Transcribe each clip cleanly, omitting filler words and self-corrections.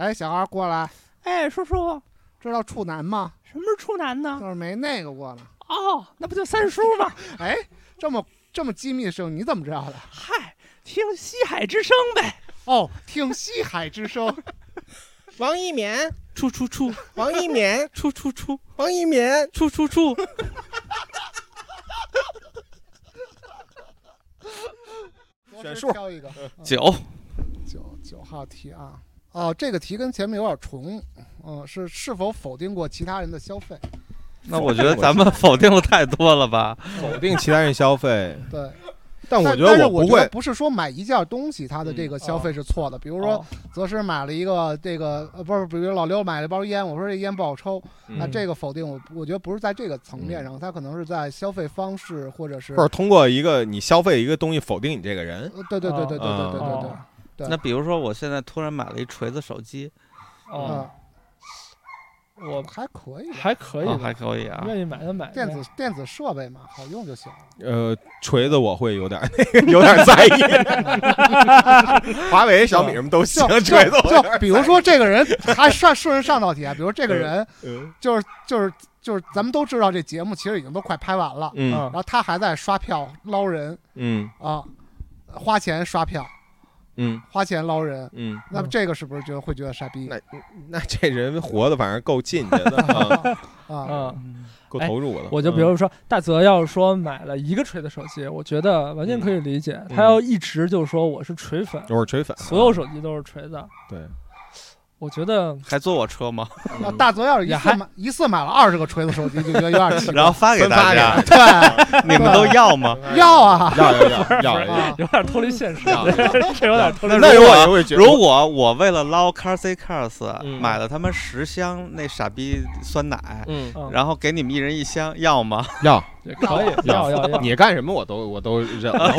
哎，小孩过来。 哎，叔叔， 知道处男吗？ 什么是处男呢？ 就是没那个过呢。 哦，那不就三叔吗？ 哎，这么机密的事你怎么知道的？ 嗨，听西海之声呗。 哦，听西海之声。 王一勉， 出， 王一勉， 出， 王一勉， 出。 选数挑一个。 9 号题啊。哦，这个题跟前面有点重。是否否定过其他人的消费？ 那我觉得咱们否定的太多了吧？ 否定其他人消费。 对。 但我觉得我不会， 不是说买一件东西他的这个消费是错的。比如说，泽师买了一个这个不是，比如老刘买了包烟，我说这烟不好抽，那这个否定我觉得不是在这个层面上，他可能是在消费方式或者通过一个你消费一个东西否定你这个人。 对。 那比如说我现在突然买了一锤子手机， 我还可以， 还可以啊， 愿意买就买。 电子设备嘛，好用就行。 锤子我会有点在意。华为、小米什么都行，锤子就比如说这个人，还顺上道题啊。比如这个人，就是咱们都知道这节目其实已经都快拍完了，然后他还在刷票捞人，花钱刷票。花钱捞人，那么这个是不是会觉得傻逼？ 那这人活的反正够进去的够投入的。 我就比如说大泽要是说买了一个锤子手机，我觉得完全可以理解。他要一直就说我是锤粉， 我是锤粉， 所有手机都是锤子。 对。 我觉得还坐我车吗？ 大泽要是一次买了20个锤子手机，就觉得有点奇怪。 然后发给大家， 对， 你们都要吗？ 要啊， 要， 有点脱离现实，这有点脱离。 那如果我为了捞 Carsy Cars 买了他们10箱那傻逼酸奶，然后给你们一人1箱，要吗？ 要， 可以，要。 你干什么我都忍了。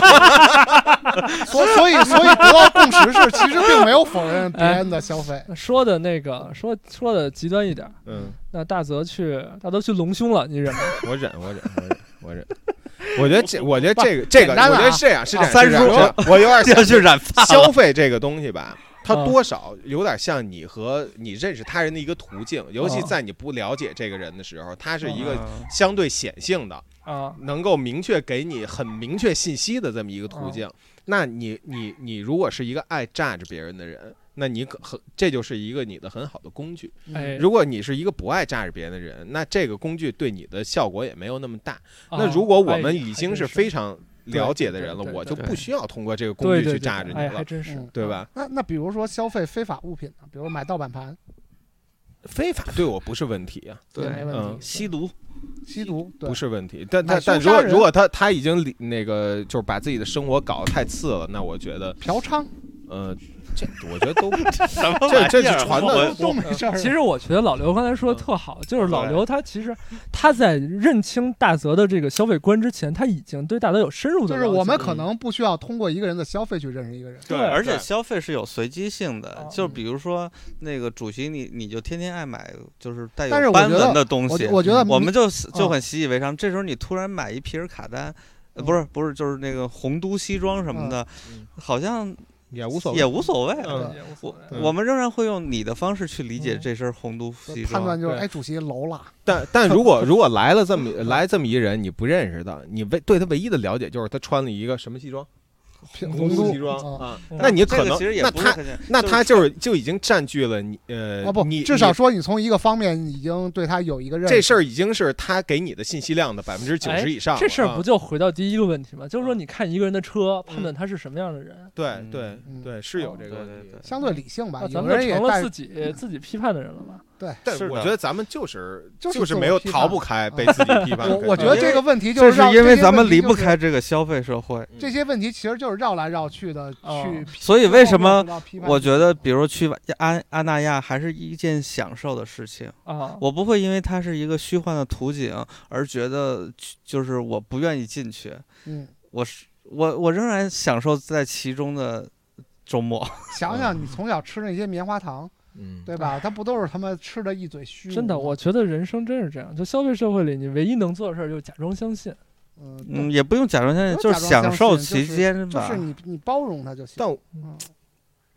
所以得到共识是，其实并没有否认别人的消费。 说的那个说的极端一点，那大泽去隆胸了，你忍吗？ 我忍。我觉得这个，我觉得这个是这样， 三叔， 我有点想去染发。 消费这个东西吧，它多少有点像你和你认识他人的一个途径，尤其在你不了解这个人的时候，它是一个相对显性的，能够明确给你很明确信息的这么一个途径。那你如果是一个爱榨着别人的人，那这就是一个你的很好的工具。如果你是一个不爱榨着别人的人，那这个工具对你的效果也没有那么大。那如果我们已经是非常了解的人了，我就不需要通过这个工具去榨着你了， 还真是， 对吧？ 那比如说消费非法物品呢，比如买盗版盘， 非法对我不是问题啊， 对，没问题。 吸毒不是问题，但如果他已经那个就是把自己的生活搞得太次了，那我觉得嫖娼， 这我觉得都这是传的都没事。 其实我觉得老刘刚才说的特好，就是老刘他其实他在认清大泽的这个消费观之前，他已经对大泽有深入的了解。 就是我们可能不需要通过一个人的消费去认识一个人。 对，而且消费是有随机性的，就比如说那个主席你就天天爱买就是带有斑纹的东西， 我觉得我们就很习以为常。这时候你突然买一皮尔卡丹，不是就是那个洪都西装什么的，好像。 也无所谓， 我们仍然会用你的方式去理解这身洪都西装。 判断就是，主席楼了。 但如果来这么一人，你不认识的，你对他唯一的了解就是他穿了一个什么西装？洪都西装啊，那你可能那他就已经占据了你至少说你从一个方面已经对他有一个认识， 这事儿已经是他给你的信息量的90%以上。 这事儿不就回到第一个问题吗？就是说你看一个人的车，判断他是什么样的人。 对，是有这个问题， 相对理性吧。 咱们成了自己批判的人了吧？ 对， 但我觉得咱们就是没有逃不开被自己批判。 我觉得这个问题就是因为咱们离不开这个消费社会， 这些问题其实就是绕来绕去的去。 所以为什么我觉得，比如去阿那亚还是一件享受的事情啊？我不会因为它是一个虚幻的图景而觉得就是我不愿意进去。我仍然享受在其中的周末。 想想你从小吃那些棉花糖。对吧？他不都是他妈吃的一嘴虚？ 真的，我觉得人生真是这样。就消费社会里，你唯一能做的事就是假装相信。 也不用假装相信，就是享受其间吧。 就是你包容他就行。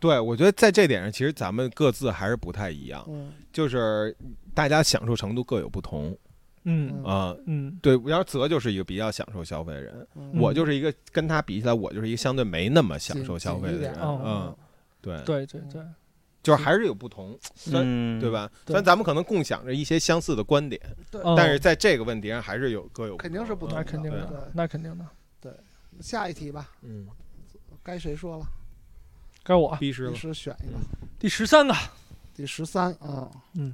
对，我觉得在这点上，其实咱们各自还是不太一样，就是大家享受程度各有不同。对，然后泽就是一个比较享受消费的人，我就是一个跟他比起来，我就是一个相对没那么享受消费的人。对，就是还是有不同，对吧？虽然咱们可能共享着一些相似的观点，但是在这个问题上还是各有不同， 肯定是不同， 那肯定的，那肯定的。 对，下一题吧。该谁说了？ 该我。 必须选一个。 第13个。 第13啊。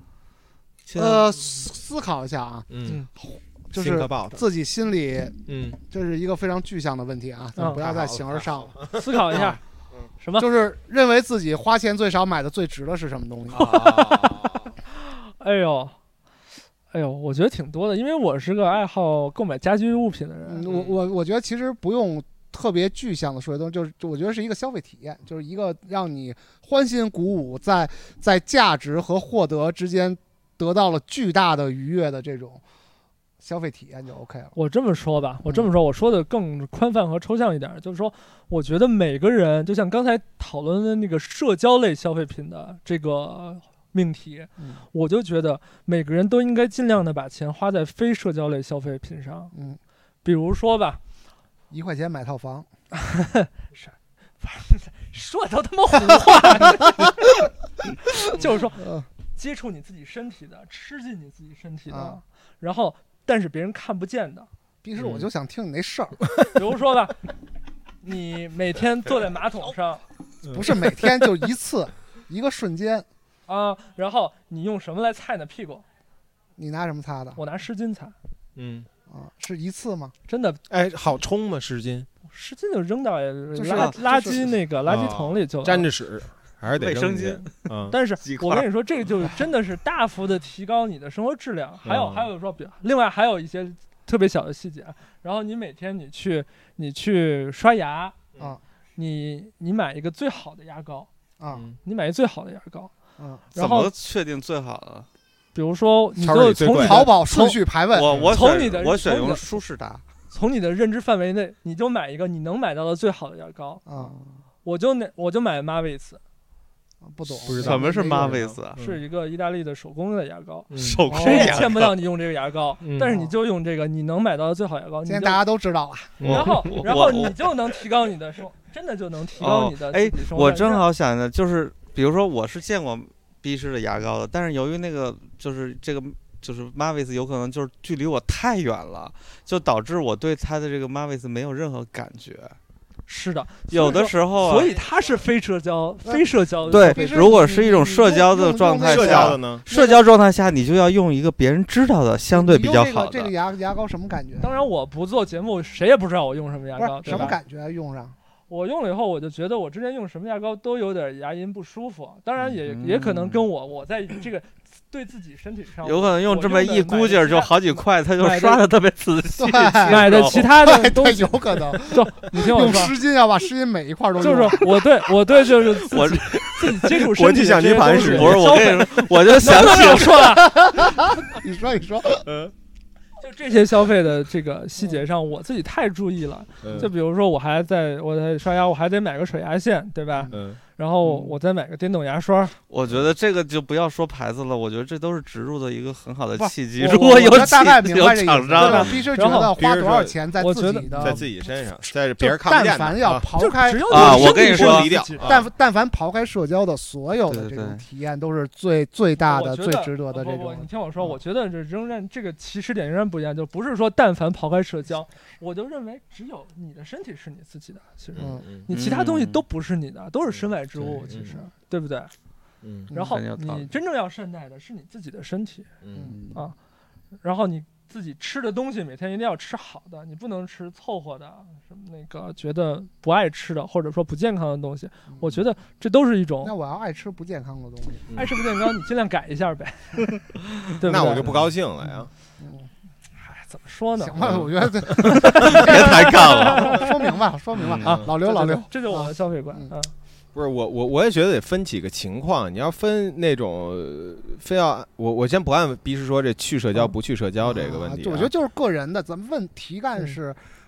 思考一下啊。就是自己心里，这是一个非常具象的问题啊，咱们不要再形而上了。 思考一下。什么？ 就是认为自己花钱最少买的最值的是什么东西？ 哎呦，我觉得挺多的，因为我是个爱好购买家居物品的人。 我觉得其实不用特别具象的说的东西，就是我觉得是一个消费体验，就是一个让你欢欣鼓舞，在价值和获得之间得到了巨大的愉悦的这种消费体验就 OK 了。 我这么说吧，我说的更宽泛和抽象一点，就是说，我觉得每个人，就像刚才讨论的那个社交类消费品的这个命题，我就觉得每个人都应该尽量的把钱花在非社交类消费品上。比如说吧 ，1块钱买套房， 说的都他妈胡话，就是说，接触你自己身体的，吃进你自己身体的，然后。但是别人看不见的， 平时我就想听你那事儿。 比如说吧，你每天坐在马桶上， 不是每天就一次，一个瞬间啊。然后你用什么来擦你的屁股？ 你拿什么擦的？ 我拿湿巾擦。 是一次吗？ 真的？ 哎，好冲吗？湿巾就扔到垃圾那个垃圾桶里就沾着屎。还是得卫生巾， 但是我跟你说，这个就真的是大幅的提高你的生活质量。还有说，另外还有一些特别小的细节。然后你每天你去刷牙你买一个最好的牙膏你买一个最好的牙膏怎么确定最好的？ 比如说，你就从淘宝顺序排问， 我选用舒适达， 从你的认知范围内，你就买一个你能买到的最好的牙膏我就买Marvis。 不懂， 什么是 Marvis 啊？ 是一个意大利的手工的牙膏， 手工谁也见不到你用这个牙膏，但是你就用这个你能买到的最好牙膏。 现在大家都知道了， 然后你就能提高你的生活，真的就能提高你的自己生活。 我正好想的就是，比如说我是见过逼式的牙膏的，但是由于那个就是这个就是 Marvis 有可能就是距离我太远了，就导致我对它的这个 Marvis 没有任何感觉。 是的， 有的时候所以它是非社交对，如果是一种社交的状态下，社交状态下你就要用一个别人知道的相对比较好的。 这个牙膏什么感觉？ 当然我不做节目，谁也不知道我用什么牙膏， 什么感觉用上？ 我用了以后，我就觉得我之前用什么牙膏都有点牙龈不舒服，当然也可能跟我在这个。对自己身体上有可能用这么一估计就好几块，他就刷的特别仔细。 买的其他的都有可能。 就你听我说， 用湿巾要把湿巾每一块都用。 就是我对就是我自己接触身体。 国际象棋盘是， 不是我跟你说，我就想起我说了， 你说， 就这些消费的这个细节上，我自己太注意了。就比如说，我在刷牙，我还得买个水牙线，对吧？然后我再买个电动牙刷。 我觉得这个就不要说牌子了，我觉得这都是植入的一个很好的契机。 如果有大概明白这厂商， 必须觉得花多少钱在自己身上，在别人看不见的。 但凡要刨开我跟你说， 但凡刨开社交的所有的这种体验，都是最大的、最值得的这种。 你听我说，我觉得仍然这个起始点仍然不一样，就不是说但凡刨开社交，我就认为只有你的身体是你自己的，其实你其他东西都不是你的，都是身外之物，其实对不对？然后你真正要善待的是你自己的身体，然后你自己吃的东西每天一定要吃好的，你不能吃凑合的，什么那个觉得不爱吃的或者说不健康的东西。我觉得这都是一种。 那我要爱吃不健康的东西， 爱吃不健康，你尽量改一下呗，对吧？ 那我就不高兴了呀。 怎么说呢？ 行吧，我觉得别抬杠了， 说明白啊！老刘， 这就是我的消费观啊。 不是我也觉得得分几个情况，你要分那种非要我先不按逼是说这去社交不去社交这个问题， 我觉得就是个人的。咱们问题干是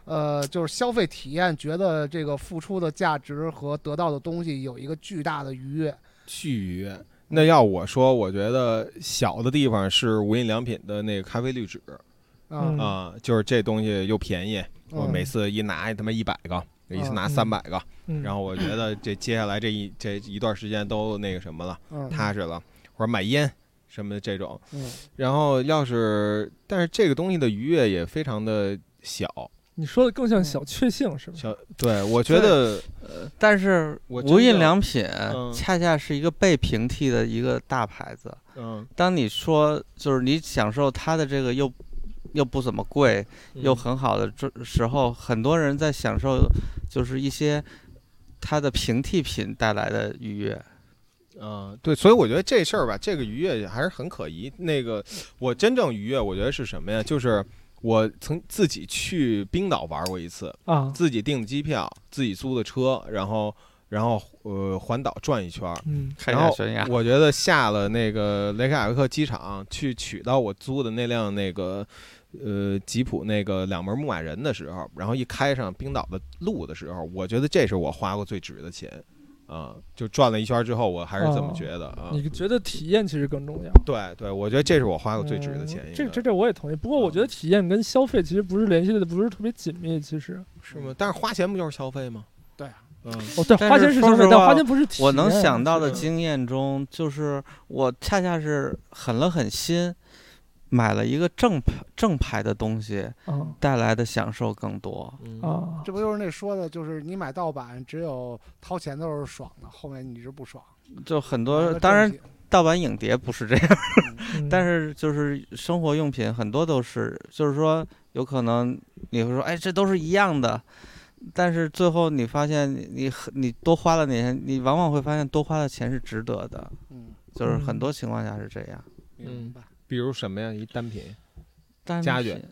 就是消费体验，觉得这个付出的价值和得到的东西有一个巨大的愉悦。 愉悦。那要我说，我觉得小的地方是无印良品的那个咖啡滤纸，就是这东西又便宜，我每次一拿他妈100个，一次拿300个，然后我觉得这接下来这一段时间都那个什么了，踏实了，或者买烟什么的这种，然后但是这个东西的愉悦也非常的小。 你说的更像小确幸是吧？ 对，我觉得， 但是无印良品恰恰是一个被平替的一个大牌子。当你说就是你享受它的这个又不怎么贵，又很好的时候，很多人在享受就是一些它的平替品带来的愉悦。 对，所以我觉得这事儿吧，这个愉悦还是很可疑。那个我真正愉悦，我觉得是什么呀？就是我曾自己去冰岛玩过一次自己订的机票，自己租的车，然后环岛转一圈， 看一下悬崖。 我觉得下了那个雷克雅未克机场去取到我租的那辆那个吉普那个2门牧马人的时候，然后一开上冰岛的路的时候，我觉得这是我花过最值的钱。就转了一圈之后，我还是这么觉得你觉得体验其实更重要？ 对，我觉得这是我花过最值的钱。 这我也同意。不过我觉得体验跟消费其实不是联系的，不是特别紧密，其实是吗？但是花钱不就是消费吗？ 对， 对，花钱是消费，但花钱不是体验。 我能想到的经验中，就是我恰恰是狠了狠心。买了一个正牌的东西，带来的享受更多。 这不就是那说的，就是你买盗版，只有掏钱的时候是爽的，后面你是不爽。 就很多，当然盗版影碟不是这样，但是就是生活用品很多都是，就是说有可能你会说，哎，这都是一样的，但是最后你发现你多花了点钱，你往往会发现多花的钱是值得的。就是很多情况下是这样。 比如什么呀？一单品家具。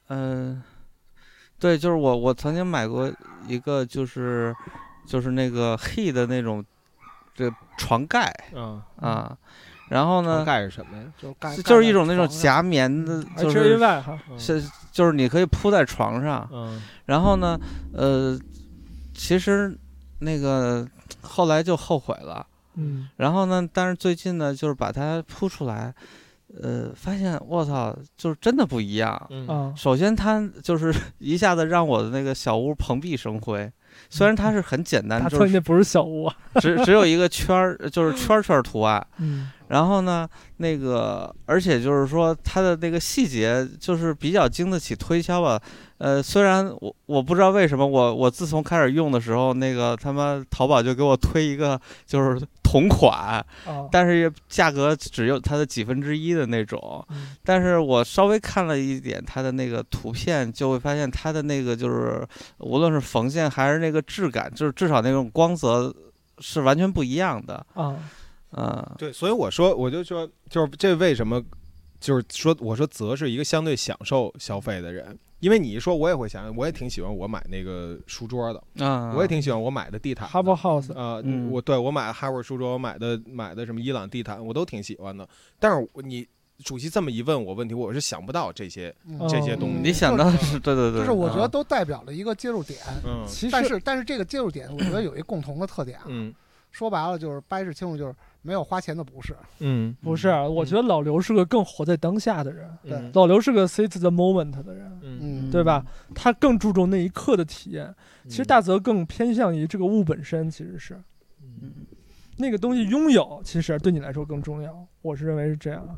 对，就是我曾经买过一个，就是那个 He 的那种这床盖。然后呢？ 床盖是什么呀？ 就是一种那种夹棉的，就是你可以铺在床上。然后呢，其实那个后来就后悔了。然后呢，但是最近呢，就是把它铺出来。发现我操，就是真的不一样。首先它就是一下子让我的那个小屋蓬荜生辉，虽然它是很简单， 就是不是小屋啊， 只有一个圈儿，就是圈图案。然后呢，那个而且就是说它的那个细节就是比较经得起推敲吧。虽然我不知道为什么我自从开始用的时候，那个他妈淘宝就给我推一个就是同款，但是价格只有它的1/10的那种。但是我稍微看了一点它的那个图片，就会发现它的那个就是无论是缝线还是那个质感，就是至少那种光泽是完全不一样的。 对，所以我就说，就是这为什么，就是说，我说泽是一个相对享受消费的人，因为你一说，我也会想，我也挺喜欢我买那个书桌的，我也挺喜欢我买的地毯 ，Harbour House， 我买 Harbour 书桌，我买的什么伊朗地毯，我都挺喜欢的。但是你主席这么一问我问题，我是想不到这些东西。 你想到的是对， 就是我觉得都代表了一个接入点。但是这个接入点，我觉得有一个共同的特点。说白了就是掰扯清楚，就是没有花钱的不是。 不是，我觉得老刘是个更活在当下的人。对，老刘是个 seize the moment 的人。对吧？他更注重那一刻的体验。其实大泽更偏向于这个物本身，其实是。那个东西拥有，其实对你来说更重要。我是认为是这样。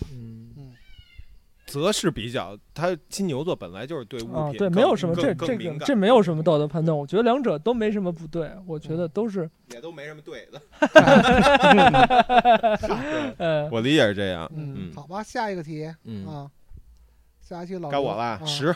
则是比较，他金牛座本来就是对物品对，没有什么这没有什么道德判断，我觉得两者都没什么不对，我觉得都是也都没什么对的。我理解是这样。 好吧，下一个题下一题老该我了，10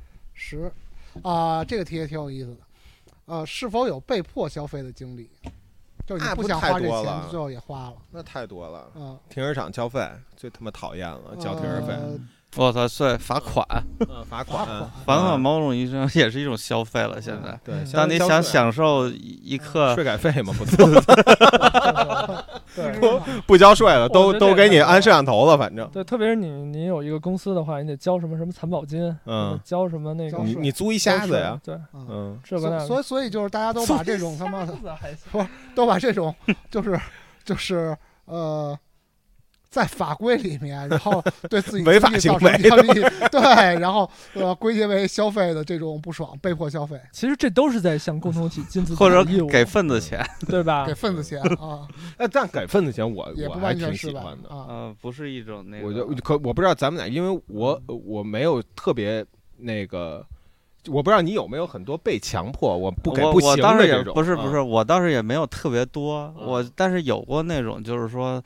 这个题也挺有意思的。是否有被迫消费的经历？就是你不想花这钱，最后也花了。 那太多了。停车场交费最他妈讨厌了，交停车费。 我操，对，罚款。 罚款某种意义上也是一种消费了。现在， 对， 当你想享受一刻税改费嘛，不错。 不交税了，都给你安摄像头了，反正。 对，特别是你有一个公司的话，你得交什么残保金，交什么那个。 你租一瞎子呀？ 对， 这个所以就是大家都把这种他妈的，不都把这种就是在法规里面，然后对自己违法行为， 对，然后归结为消费的这种不爽，被迫消费。 其实这都是在向共同体尽自己或者给份子钱， 对吧？ 给份子钱啊。 但给份子钱我还挺喜欢的啊。不是一种那个， 我不知道咱们俩，因为我没有特别那个。我不知道你有没有很多被强迫我不给不行的这种。 不是，我倒是也没有特别多，但是有过那种，就是说，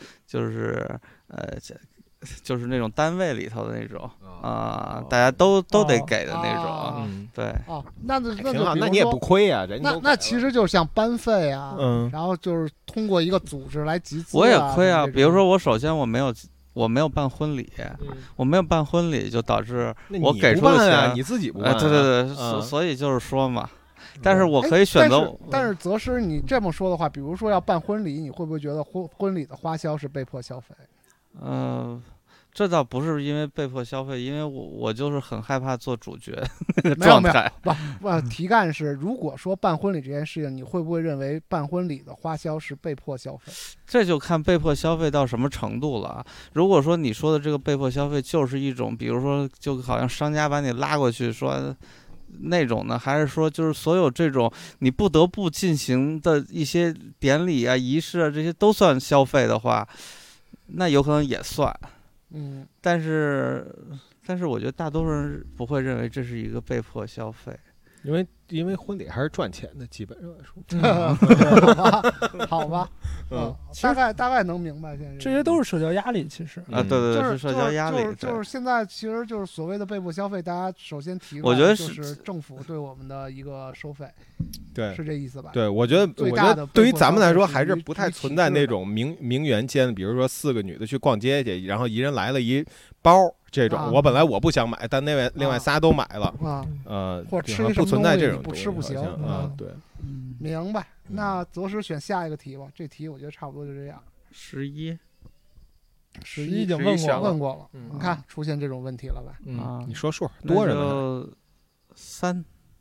就是那种单位里头的那种大家都得给的那种，对。 那挺好，那你也不亏呀，人家那其实就像班费啊，然后就是通过一个组织来集资。 我也亏啊，比如说我首先我没有办婚礼，我没有办婚礼，就导致我给出的钱你自己不办。 对，所以就是说嘛，但是我可以选择。 但是则是你这么说的话，比如说要办婚礼，你会不会觉得婚礼的花销是被迫消费？ 这倒不是因为被迫消费，因为我就是很害怕做主角那个状态。 不，题干是，如果说办婚礼这件事情，你会不会认为办婚礼的花销是被迫消费？ 这就看被迫消费到什么程度了。如果说你说的这个被迫消费就是一种，比如说就好像商家把你拉过去说那种呢，还是说就是所有这种你不得不进行的一些典礼啊、仪式啊，这些都算消费的话，那有可能也算。但是我觉得大多数人不会认为这是一个被迫消费， 因为婚礼还是赚钱的，基本上来说。 好吧，大概能明白。现在这些都是社交压力，其实对，是社交压力。 就是现在其实就是所谓的被迫消费，大家首先提出来就是政府对我们的一个收费， 对， 是这意思吧？ 对，我觉得对于咱们来说还是不太存在那种名媛间，比如说4个女的去逛街去，然后一人来了一包。这种我本来我不想买，但另外仨都买了或者吃什么不存在这种不吃不行对， 明白。那择时选下一个题吧，这题我觉得差不多就这样。 11 已经问过了，你看出现这种问题了吧？ 你说数多着呢。3，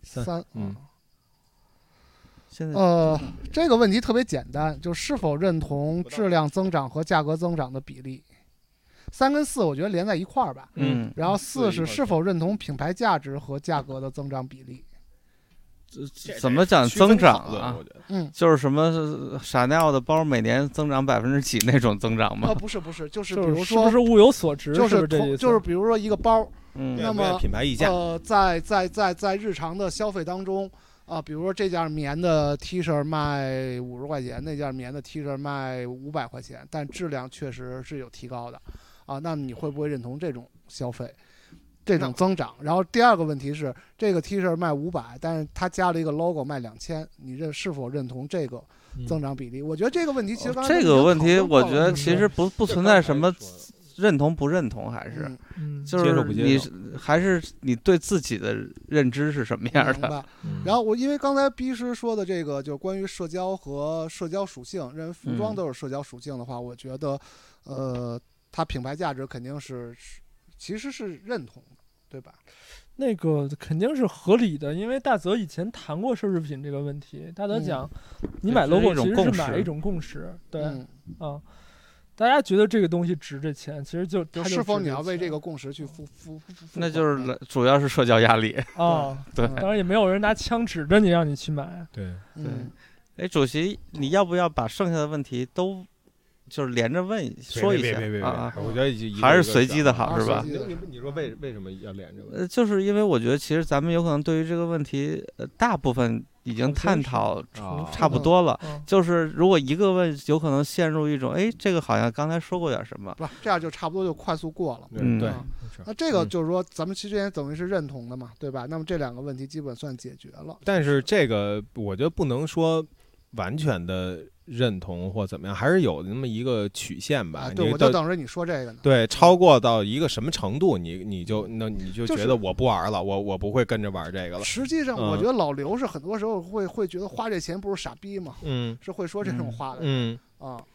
现在这个问题特别简单，就是否认同质量增长和价格增长的比例。3跟4我觉得连在一块儿吧，然后4是否认同品牌价值和价格的增长比例。 怎么讲增长啊？就是什么傻尿的包每年增长几那种增长吗？ 不是，就是比如说是不是物有所值？ 就是比如说一个包，那么品牌溢价在日常的消费当中比如说这件棉的 T 恤卖50块钱，那件棉的 T 恤卖500块钱，但质量确实是有提高的那么你会不会认同这种消费？这种增长？然后第二个问题是，这个 T 恤卖500，但是它加了一个 logo 卖2000，你是否认同这个增长比例？我觉得这个问题其实这个问题，我觉得其实不存在什么认同不认同，还是就是你还是你对自己的认知是什么样的。 然后因为刚才毕师说的这个，就关于社交和社交属性，认为服装都是社交属性的话，我觉得它品牌价值肯定其实是认同的，对吧？ 那个肯定是合理的，因为大泽以前谈过奢侈品这个问题。大泽讲，你买 logo 其实是买一种共识，对，大家觉得这个东西值这钱，其实就是否你要为这个共识去付， 那就是主要是社交压力对， 当然也没有人拿枪指着你让你去买， 对。主席，你要不要把剩下的问题都？就是连着说一下我觉得还是随机的好，是吧？ 你说为什么要连着问？ 就是因为我觉得其实咱们有可能对于这个问题，大部分已经探讨差不多了。就是如果一个问，有可能陷入一种，这个好像刚才说过点什么， 不，这样就差不多就快速过了。 对。 那这个就是说，咱们其实之前等于是认同的嘛，对吧？那么这两个问题基本算解决了。 但是这个我觉得不能说完全的认同或怎么样，还是有那么一个曲线吧。 对，我就等着你说这个呢。 对，超过到一个什么程度，你就觉得我不玩了，我不会跟着玩这个了。 实际上，我觉得老刘是很多时候会觉得花这钱不是傻逼吗？是会说这种话的。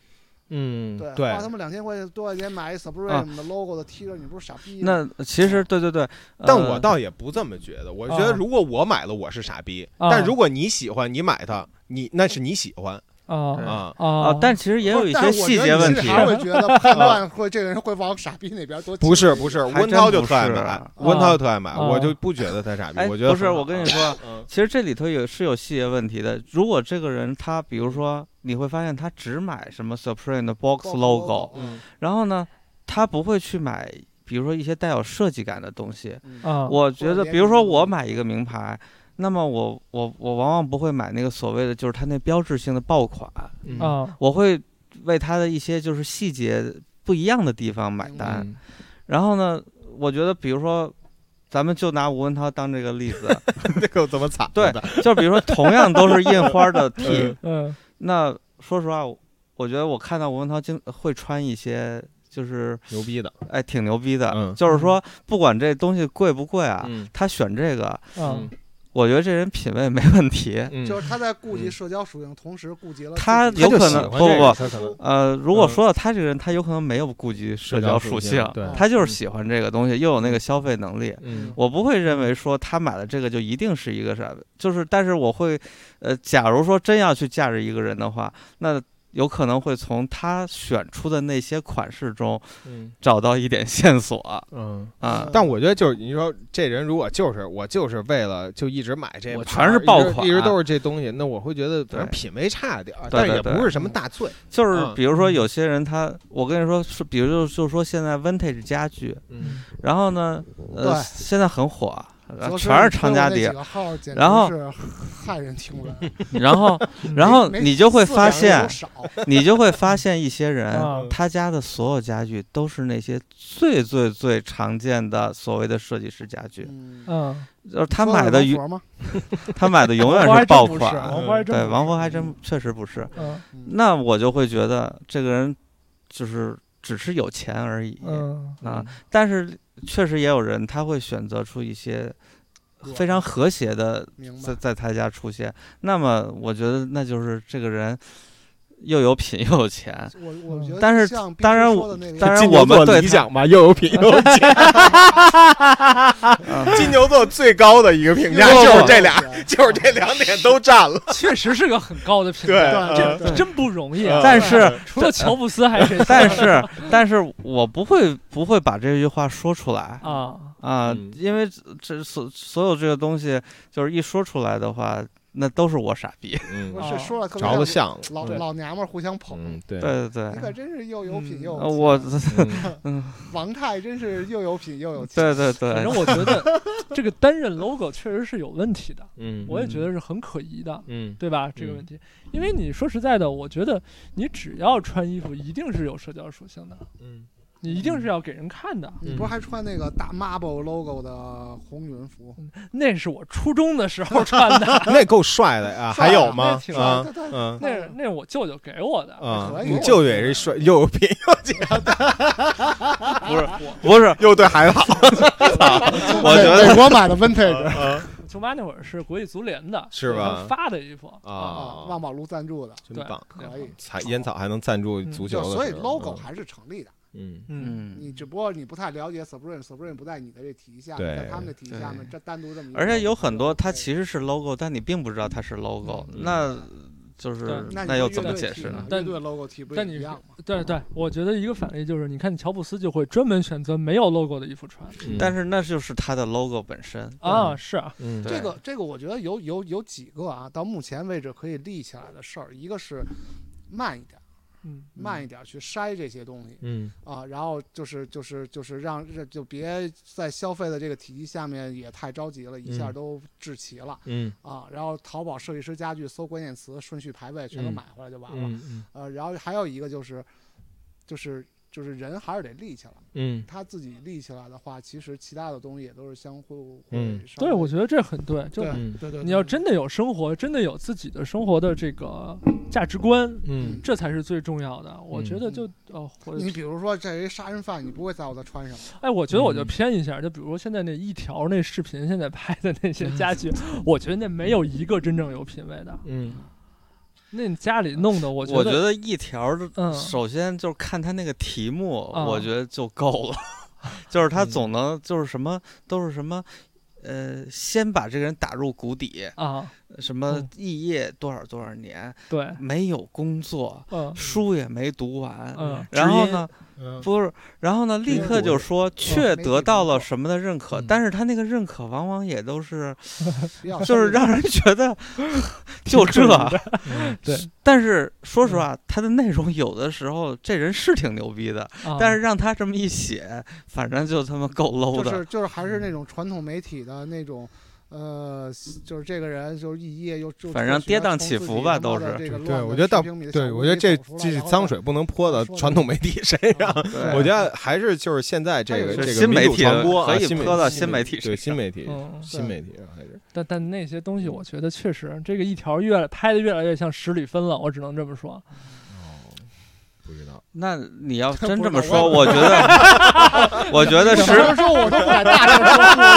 对， 花他们2000多块钱买一 Supreme 的 logo 的 T 恤，你不是傻逼吗？那其实对， 但我倒也不这么觉得。我觉得如果我买了，我是傻逼；但如果你喜欢，你买它，那是你喜欢。 但其实也有一些细节问题。 还会觉得判断这个人会往傻逼那边多。 不是，温涛就特爱买，温涛就特爱买，我就不觉得他傻逼。我觉得不是，我跟你说，其实这里头是有细节问题的。如果这个人他，比如说，你会发现他只买什么 Supreme 的 box logo，然后呢，他不会去买，比如说一些带有设计感的东西。我觉得，比如说我买一个名牌。那么我往往不会买那个所谓的就是它那标志性的爆款，我会为它的一些就是细节不一样的地方买单。然后呢，我觉得比如说，咱们就拿吴文涛当这个例子， 这个怎么惨？ 对，就比如说同样都是印花的 T，那说实话，我觉得我看到吴文涛会穿一些。就是牛逼的， 挺牛逼的。就是说，不管这东西贵不贵啊，他选这个，我觉得这人品味没问题。 就是他在顾及社交属性，同时顾及了他有可能不，如果说到他这个人，他有可能没有顾及社交属性，他就是喜欢这个东西，又有那个消费能力。我不会认为说他买的这个就一定是一个啥，就是但是我会，假如说真要去价值一个人的话，那。有可能会从他选出的那些款式中，找到一点线索。 但我觉得就是你说这人如果我就是为了就一直买这， 我全是爆款， 一直都是这东西，那我会觉得反正品味差点，但也不是什么大罪。 就是比如说有些人我跟你说是，比如就是说现在 vintage 家具，然后呢，现在很火。全是长家底，然后骇人听闻， 然后你就会发现一些人，他家的所有家具都是那些最最最常见的所谓的设计师家具，就是他买的永远是爆款，对，王佛还真确实不是，那我就会觉得这个人就是只是有钱而已，但是。确实也有人他会选择出一些非常和谐的在他家出现，那么我觉得那就是这个人又有品又有钱。 我觉得但是当然我们对理想嘛，又有品又有钱。金牛座最高的一个评价就是这两点都占了， 确实是个很高的评价，这真不容易。 但是除了乔布斯还是但是我不会把这句话说出来因为这所有这个东西就是一说出来的话。那都是我傻逼， 是说了特别着得像老娘们互相捧， 对， 你可真是又有品又有钱， 我王太真是又有品又有钱， 对， 反正我觉得这个单刃 logo 确实是有问题的，我也觉得是很可疑的，对吧？这个问题，因为你说实在的，我觉得你只要穿衣服，一定是有社交属性的，你一定是要给人看的。 你不是还穿那个大 Marble logo 的红羽绒服？ 那是我初中的时候穿的， 那够帅的呀！还有吗？ 那我舅舅给我的。 你舅舅也是帅，又有品又钱的。 不是， 又对孩子好。 我觉得我买的 vintage。 舅妈那会儿是国际足联的， 是吧？ 发的衣服万宝路赞助的， 真棒， 可以。 烟草还能赞助足球的， 所以 logo 还是成立的。你只不过你不太了解 Supreme 不在你的这体系下面，在他们的体系下面，这单独这么。 而且有很多它其实是 logo， 但你并不知道它是 logo，那就是那又怎么解释呢？ 但对 logo T 不是一样吗？ 对，我觉得一个反例就是，你看乔布斯就会专门选择没有 logo 的衣服穿， 但是那就是他的 logo 本身是啊， 这个我觉得有几个到目前为止可以立起来的事儿，一个是慢一点。慢一点去筛这些东西，然后就是让就别在消费的这个体系下面也太着急了，一下都置齐了，然后淘宝设计师家具搜关键词顺序排位全都买回来就完了，然后还有一个就是人还是得立起来，他自己立起来的话，其实其他的东西也都是相互对，我觉得这很对，就对， 你要真的有生活，真的有自己的生活的这个价值观，这才是最重要的。我觉得你比如说这一杀人犯，你不会在乎他穿什么？ 哎，我觉得我就偏一下，就比如说现在那一条那视频现在拍的那些家具，我觉得那没有一个真正有品位的， 那你家里弄的，我觉得一条，首先就是看他那个题目，我觉得就够了。就是他总能就是什么都是什么，先把这个人打入谷底啊， 什么肄业多少多少年， 对， 没有工作，书也没读完， 然后呢？不是，然后呢？立刻就说却得到了什么的认可，但是他那个认可往往也都是，就是让人觉得就这， 对。 但是说实话，他的内容有的时候这人是挺牛逼的，但是让他这么一写，反正就他妈够 low 的。就是还是那种传统媒体的那种。就是这个人就是肄业又反正跌宕起伏吧，都是。 对，我觉得我觉得这脏水不能泼到传统媒体身上。我觉得还是就是现在这个新媒体传播可以泼到新媒体， 对新媒体还是。 但那些东西，我觉得确实这个一条拍的越来越像十里分了，我只能这么说。 不知道， 那你要真这么说，我觉得说我都不敢大声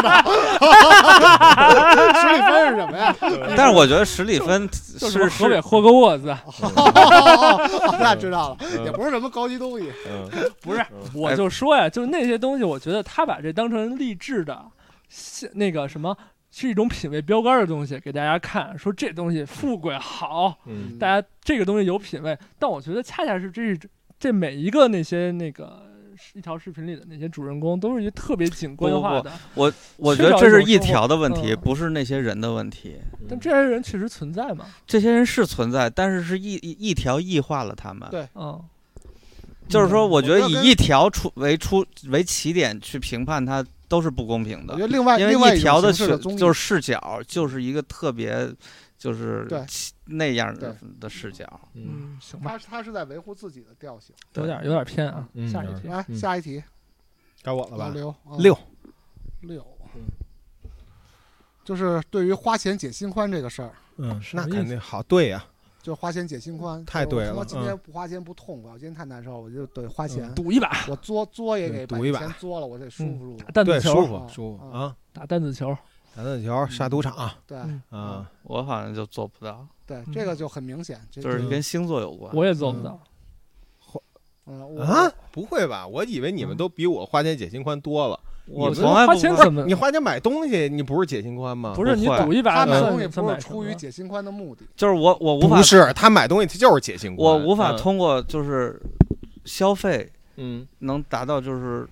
说十里分是什么呀？ 但是我觉得十里分是河北霍格沃兹。 那知道了，也不是什么高级东西。 不是，我就说呀，就那些东西，我觉得他把这当成励志的，那个什么。是一种品味标杆的东西，给大家看，说这东西富贵好，大家这个东西有品味。但我觉得恰恰是这每一个那个一条视频里的那些主人公，都是一个特别景观化的。 我觉得这是一条的问题，不是那些人的问题。 但这些人确实存在嘛？ 这些人是存在，但是一条异化了他们。 对， 就是说，我觉得以一条为起点去评判他。都是不公平的。 我觉得另外一条的就是视角，就是一个特别就是那样的视角。 行吧。 他是在维护自己的调性， 有点偏啊。下一题， 来下一题， 该我了吧？ 六，就是对于花钱解心宽这个事儿， 那肯定好，对呀。 就花钱解心宽， 太对了。 我今天不花钱不痛快，我今天太难受了，我就得花钱赌一把。 我作也给赌一把， 钱作了，我得舒服。 弹子球， 舒服啊！ 打弹子球， 下赌场。 对啊， 我好像就做不到。 对，这个就很明显， 就是跟星座有关。 我也做不到。 不会吧？我以为你们都比我花钱解心宽多了。 我从来花钱怎么？ 你花钱买东西，你不是解心宽吗？ 不是，你赌一把， 他买东西不是出于解心宽的目的。 就是我无法， 不是他买东西，他就是解心宽。 我无法通过就是消费，能达到就是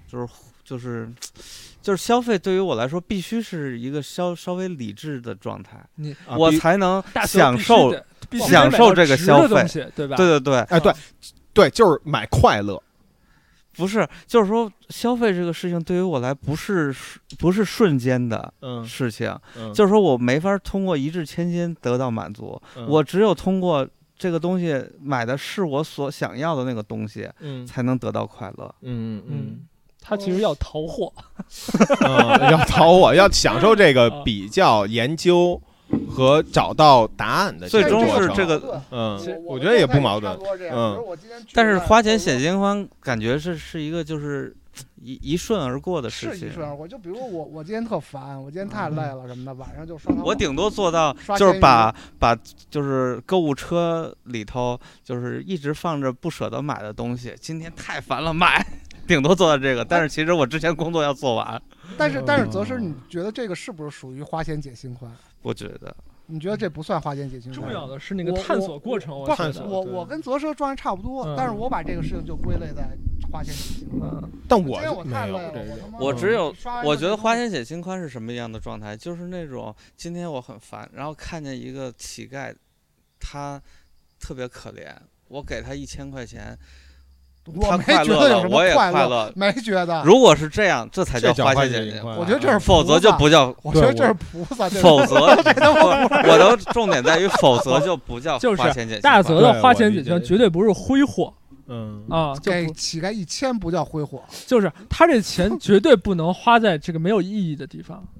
消费对于我来说必须是一个稍微理智的状态，我才能享受这个消费， 对吧？ 对， 哎对，就是买快乐。 不是，就是说消费这个事情对于我来不是瞬间的事情，就是说我没法通过一掷千金得到满足，我只有通过这个东西买的是我所想要的那个东西，才能得到快乐。 他其实要淘货， 要淘货，要享受这个比较研究和找到答案的最终是这个， 我觉得也不矛盾， 但是花钱解心宽感觉是一个就是一瞬而过的事情， 是一瞬而过。就比如我今天特烦，我今天太累了什么的，晚上就刷。 我顶多做到就是把就是购物车里头就是一直放着不舍得买的东西，今天太烦了买，顶多做到这个。但是其实我之前工作要做完。 但是则是你觉得这个是不是属于花钱解心宽？ 我觉得， 你觉得这不算花钱解心宽？ 重要的是那个探索过程。 我跟泽蛇状态差不多，但是我把这个事情就归类在花钱解心宽。 但我太累了， 我只有我觉得花钱解心宽是什么样的状态？就是那种今天我很烦，然后看见一个乞丐，他特别可怜，我给他1000块钱。他快乐了，我也快乐， 没觉得。 如果是这样，这才叫花钱解心宽。 我觉得这是， 否则就不叫。 我觉得这是菩萨。 否则，我的重点在于，否则就不叫花钱解心宽。 大泽的花钱解心宽绝对不是挥霍。 给乞丐1000不叫挥霍， 就是他这钱绝对不能花在这个没有意义的地方。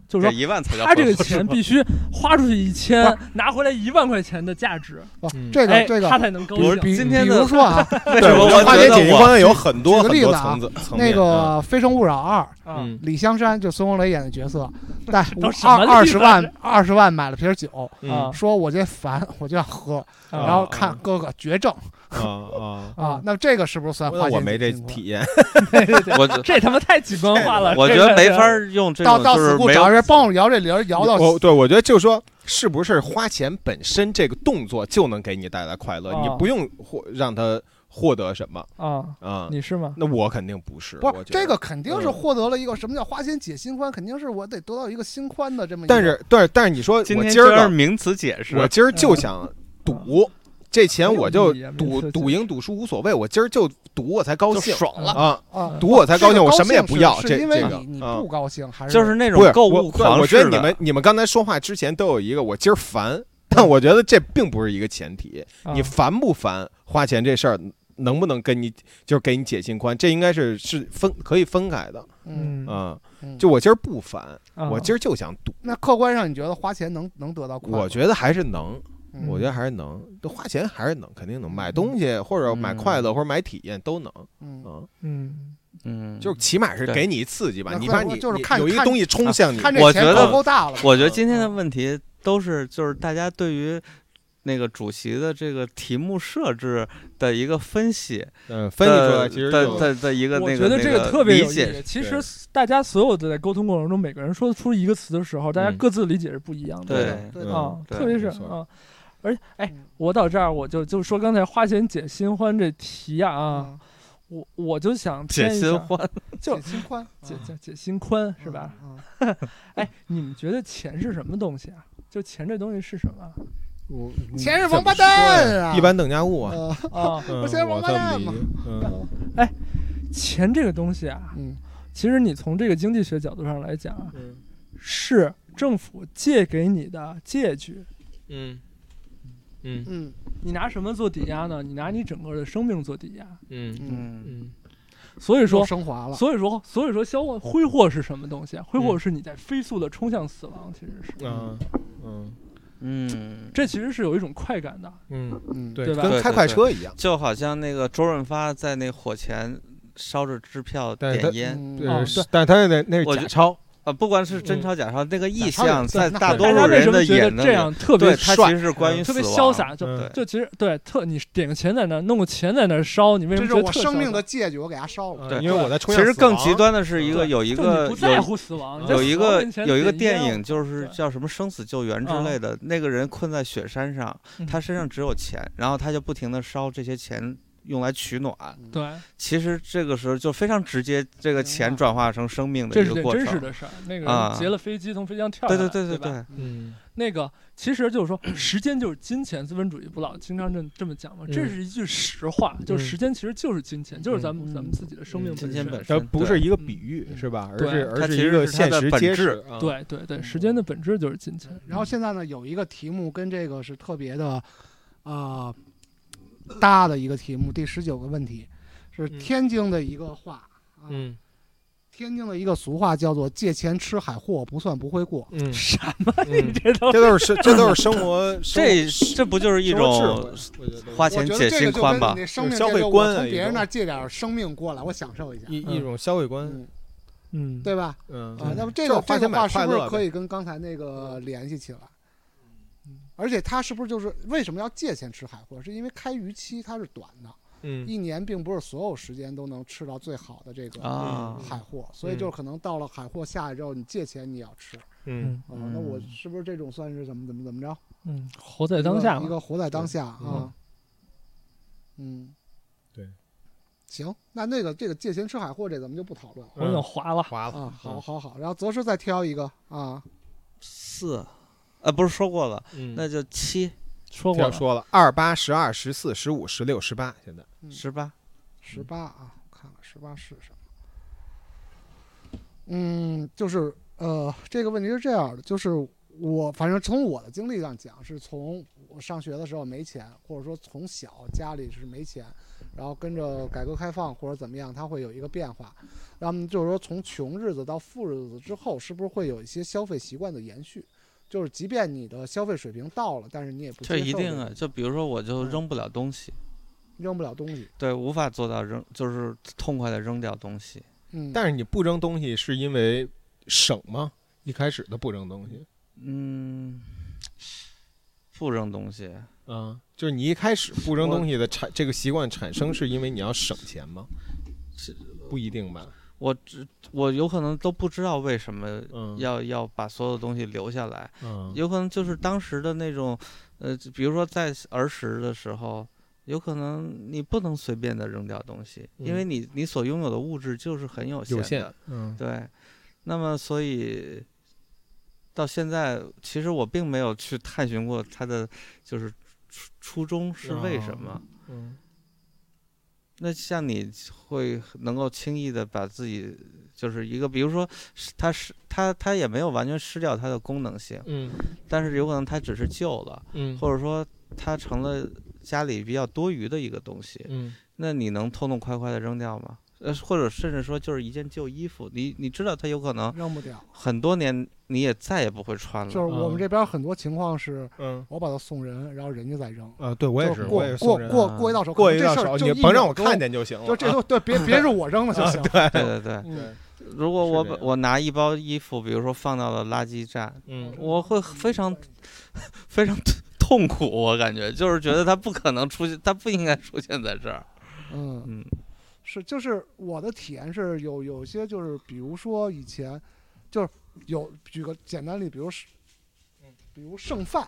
就是说他这个钱必须花出去1000，拿回来1万块钱的价值。 这个他才能高兴。 今天比如说啊， 对，我花钱解决关系有很多很多层次。 那个《非诚勿扰2》，李香山就孙红雷演的角色，带20万买了瓶酒，说我这烦我就要喝，然后看哥哥绝症。那这个是不是算花钱？ 我没这体验， 这他妈太极端化了。 我觉得没法用这种，就是没有人帮我摇这铃摇到。 对，我觉得就是说，是不是花钱本身这个动作就能给你带来快乐？你不用让他获得什么你是吗？ 那我肯定不是。 不，这个肯定是获得了一个什么叫花钱解心宽，肯定是我得得到一个心宽的这么一个。 但是你说我今儿名词解释， 我今儿就想赌。这钱我就赌赢赌输无所谓，我今儿就赌我才高兴， 爽了赌我才高兴，我什么也不要。 是因为你不高兴还是就是那种购物狂？ 我觉得你们刚才说话之前都有一个我今儿烦，但我觉得这并不是一个前提。你烦不烦花钱这事儿能不能跟你就是给你解心宽？这应该是可以分开的。就我今儿不烦，我今儿就想赌。 那客观上你觉得花钱能得到快乐？ 我觉得还是能。我觉得还是能，花钱还是能，肯定能买东西或者买快乐或者买体验都能。就是起码是给你刺激吧。你把你就是有一个东西冲向你， 我觉得够大了。 我觉得今天的问题都是就是大家对于那个主席的这个题目设置的一个分析， 分析出来其实的一个那个， 我觉得这个特别有意义。 其实大家所有的在沟通过程中，每个人说出一个词的时候，大家各自的理解是不一样的。 对特别是而且我到这儿我就说刚才花钱解心欢这题啊，我就想解心欢， 就解心宽， 解心宽是吧？你们觉得钱是什么东西啊？就钱这东西是什么？ 钱是王八蛋啊！ 一般等价物啊！ 不钱是王八蛋嘛？ 钱这个东西啊，其实你从这个经济学角度上来讲，是政府借给你的借据。你拿什么做抵押呢？你拿你整个的生命做抵押。所以说升华了。 所以说挥霍是什么东西啊？挥霍是你在飞速的冲向死亡，其实是。这其实是有一种快感的。 对吧？ 跟开快车一样， 就好像那个周润发在那火前烧着支票点烟， 但他那是假钞。 不管是真钞假钞，那个意象在大多数人的眼这样特别帅，它其实是关于特别潇洒，就其实对你点个钱在那，弄个钱在那烧，你为什么觉得这是我生命的借据，我给它烧了？ 对， 因为我在冲向死亡。其实更极端的是有一个不在乎死亡， 有一个电影就是叫什么生死救援之类的，那个人困在雪山上，他身上只有钱，然后他就不停的烧这些钱。用来取暖， 对， 其实这个时候就非常直接，这个钱转化成生命的一个过程。 这是真实的事儿。那个人劫了飞机，从飞机上跳下来， 对， 那个其实就是说，时间就是金钱，资本主义不老经常这么讲吗？这是一句实话，就是时间其实就是金钱，就是咱们自己的生命本身， 不是一个比喻，是吧？而是一个现实揭示。 对，时间的本质就是金钱。 然后现在呢，有一个题目跟这个是特别的，搭的一个题目，第19个问题是天津的一个话天津的一个俗话叫做借钱吃海货不算不会过。 什么？你这都是生活， 这不就是一种花钱解心宽吧？ 消费观， 从别人那借点生命过来，我享受一下， 一种消费观， 对吧？那么这个话是不是可以跟刚才那个联系起来？而且他是不是就是为什么要借钱吃海货？是因为开渔期它是短的，一年并不是所有时间都能吃到最好的这个海货，所以就可能到了海货下来之后，你借钱你也要吃。那我是不是这种算是怎么着？ 活在当下， 一个活在当下啊。 对。 行，那个这个借钱吃海货这咱们就不讨论了。 我有点划了啊！好，然后则是再挑一个啊 ，4。不是说过了，那就7， 说了，2、8、12、14、15、16、18，现在 18 啊，看看18是什么？就是这个问题是这样的，就是我反正从我的经历上讲，是从我上学的时候没钱，或者说从小家里是没钱， 然后跟着改革开放或者怎么样，它会有一个变化。那么就是说，从穷日子到富日子之后，是不是会有一些消费习惯的延续？就是即便你的消费水平到了，但是你也不接受。 这一定啊，就比如说我就扔不了东西， 扔不了东西， 对，无法做到扔，就是痛快的扔掉东西。 但是你不扔东西是因为省吗？一开始的不扔东西， 不扔东西， 就是你一开始不扔东西的这个习惯产生，是因为你要省钱吗？不一定吧。 我有可能都不知道为什么要把所有东西留下来，有可能就是当时的那种，比如说在儿时的时候，有可能你不能随便的扔掉东西，因为你所拥有的物质就是很有限的，对。那么所以到现在，其实我并没有去探寻过它的就是初衷是为什么。那像你会能够轻易的把自己就是一个，比如说它也没有完全失掉它的功能性，但是有可能它只是旧了，或者说它成了家里比较多余的一个东西，那你能痛痛快快的扔掉吗？或者甚至说就是一件旧衣服，你知道它有可能扔不掉， 很多年你也再也不会穿了。 就是我们这边很多情况是，我把它送人，然后人家再扔。 对，我也是， 我也是送人。过一道手， 过一道手，你甭让我看见就行了。 就这都对，别是我扔的就行。 对。如果我拿一包衣服，比如说放到了垃圾站，我会非常非常痛苦，我感觉就是觉得它不可能出现，它不应该出现在这儿。 是，就是我的体验是有些就是，比如说以前，就是举个简单例，比如剩饭，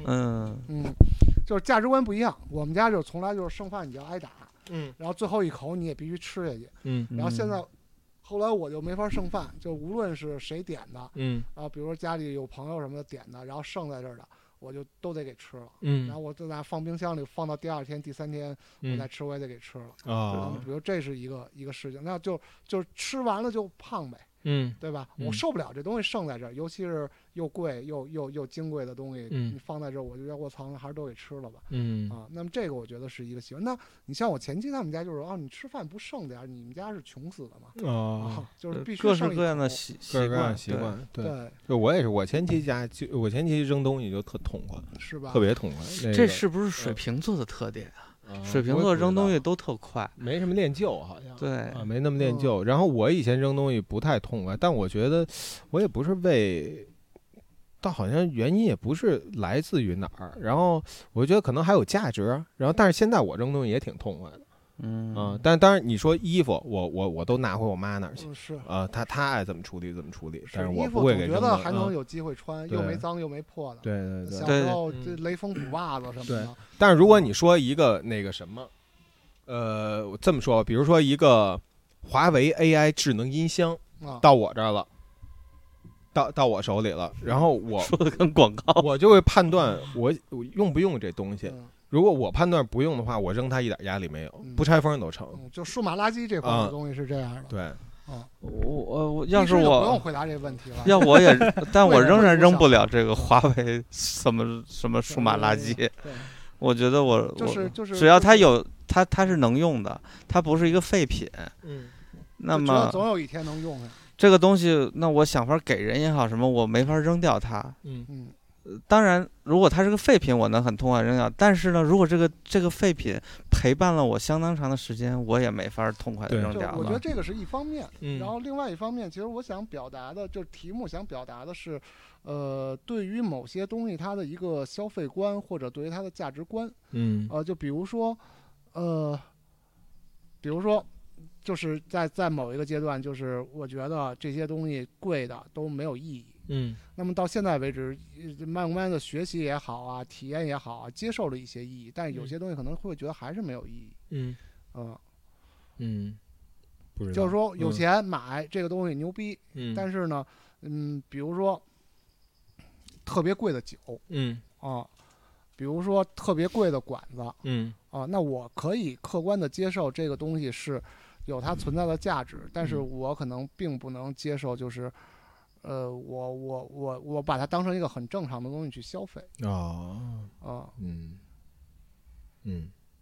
就是价值观不一样。我们家就从来就是剩饭你就要挨打，然后最后一口你也必须吃下去，然后现在，后来我就没法剩饭，就无论是谁点的，然后比如说家里有朋友什么的点的，然后剩在这儿的。我就都得给吃了，然后我就拿放冰箱里，放到第2天、第3天我再吃，我也得给吃了。比如这是一个事情，那就是吃完了就胖呗，对吧？我受不了这东西剩在这儿，尤其是又贵又金贵的东西，你放在这儿，我就觉得我操，还是都给吃了吧。那么这个我觉得是一个习惯。那你像我前妻他们家就是你吃饭不剩点，你们家是穷死的嘛？就是必须各式各样的习惯。对，我也是，我前妻扔东西就特痛快， 是吧？ 特别痛快。 这是不是水瓶座的特点啊？水瓶座扔东西都特快， 没什么恋旧，好像对没那么恋旧。然后我以前扔东西不太痛快，但我觉得我也不是倒好像原因也不是来自于哪儿。然后我觉得可能还有价值。然后但是现在我扔东西也挺痛快的。但当然你说衣服，我都拿回我妈那儿去。 是她爱怎么处理怎么处理，但是我不会给扔的。 觉得还能有机会穿，又没脏又没破的。 对。 小时候这雷锋补袜子什么的。 但是如果你说一个那个什么，我这么说，比如说一个华为 AI 智能音箱到我这儿了，到我手里了，然后我说的跟广告， 我就会判断我用不用这东西。如果我判断不用的话，我扔它一点压力没有，不拆封都成。 就数码垃圾这块的东西是这样的。 对。 我要是我不用回答这个问题了。 要我也，但我仍然扔不了这个华为什么数码垃圾。我觉得就是只要它有它是能用的，它不是一个废品。那么总有一天能用的。 这个东西，那我想法给人也好，什么我没法扔掉它。当然，如果它是个废品，我能很痛快扔掉。但是呢，如果这个废品陪伴了我相当长的时间，我也没法痛快的扔掉了。 我觉得这个是一方面，然后另外一方面，其实我想表达的，就是题目想表达的是，对于某些东西它的一个消费观，或者对于它的价值观。就比如说，就是在某一个阶段，就是我觉得这些东西贵的都没有意义。那么到现在为止，慢慢的学习也好啊，体验也好啊，接受了一些意义，但是有些东西可能会觉得还是没有意义。 不知道。 就是说有钱买这个东西牛逼，但是呢，比如说特别贵的酒，比如说特别贵的管子，那我可以客观的接受这个东西是有它存在的价值，但是我可能并不能接受，就是。我把它当成一个很正常的东西去消费。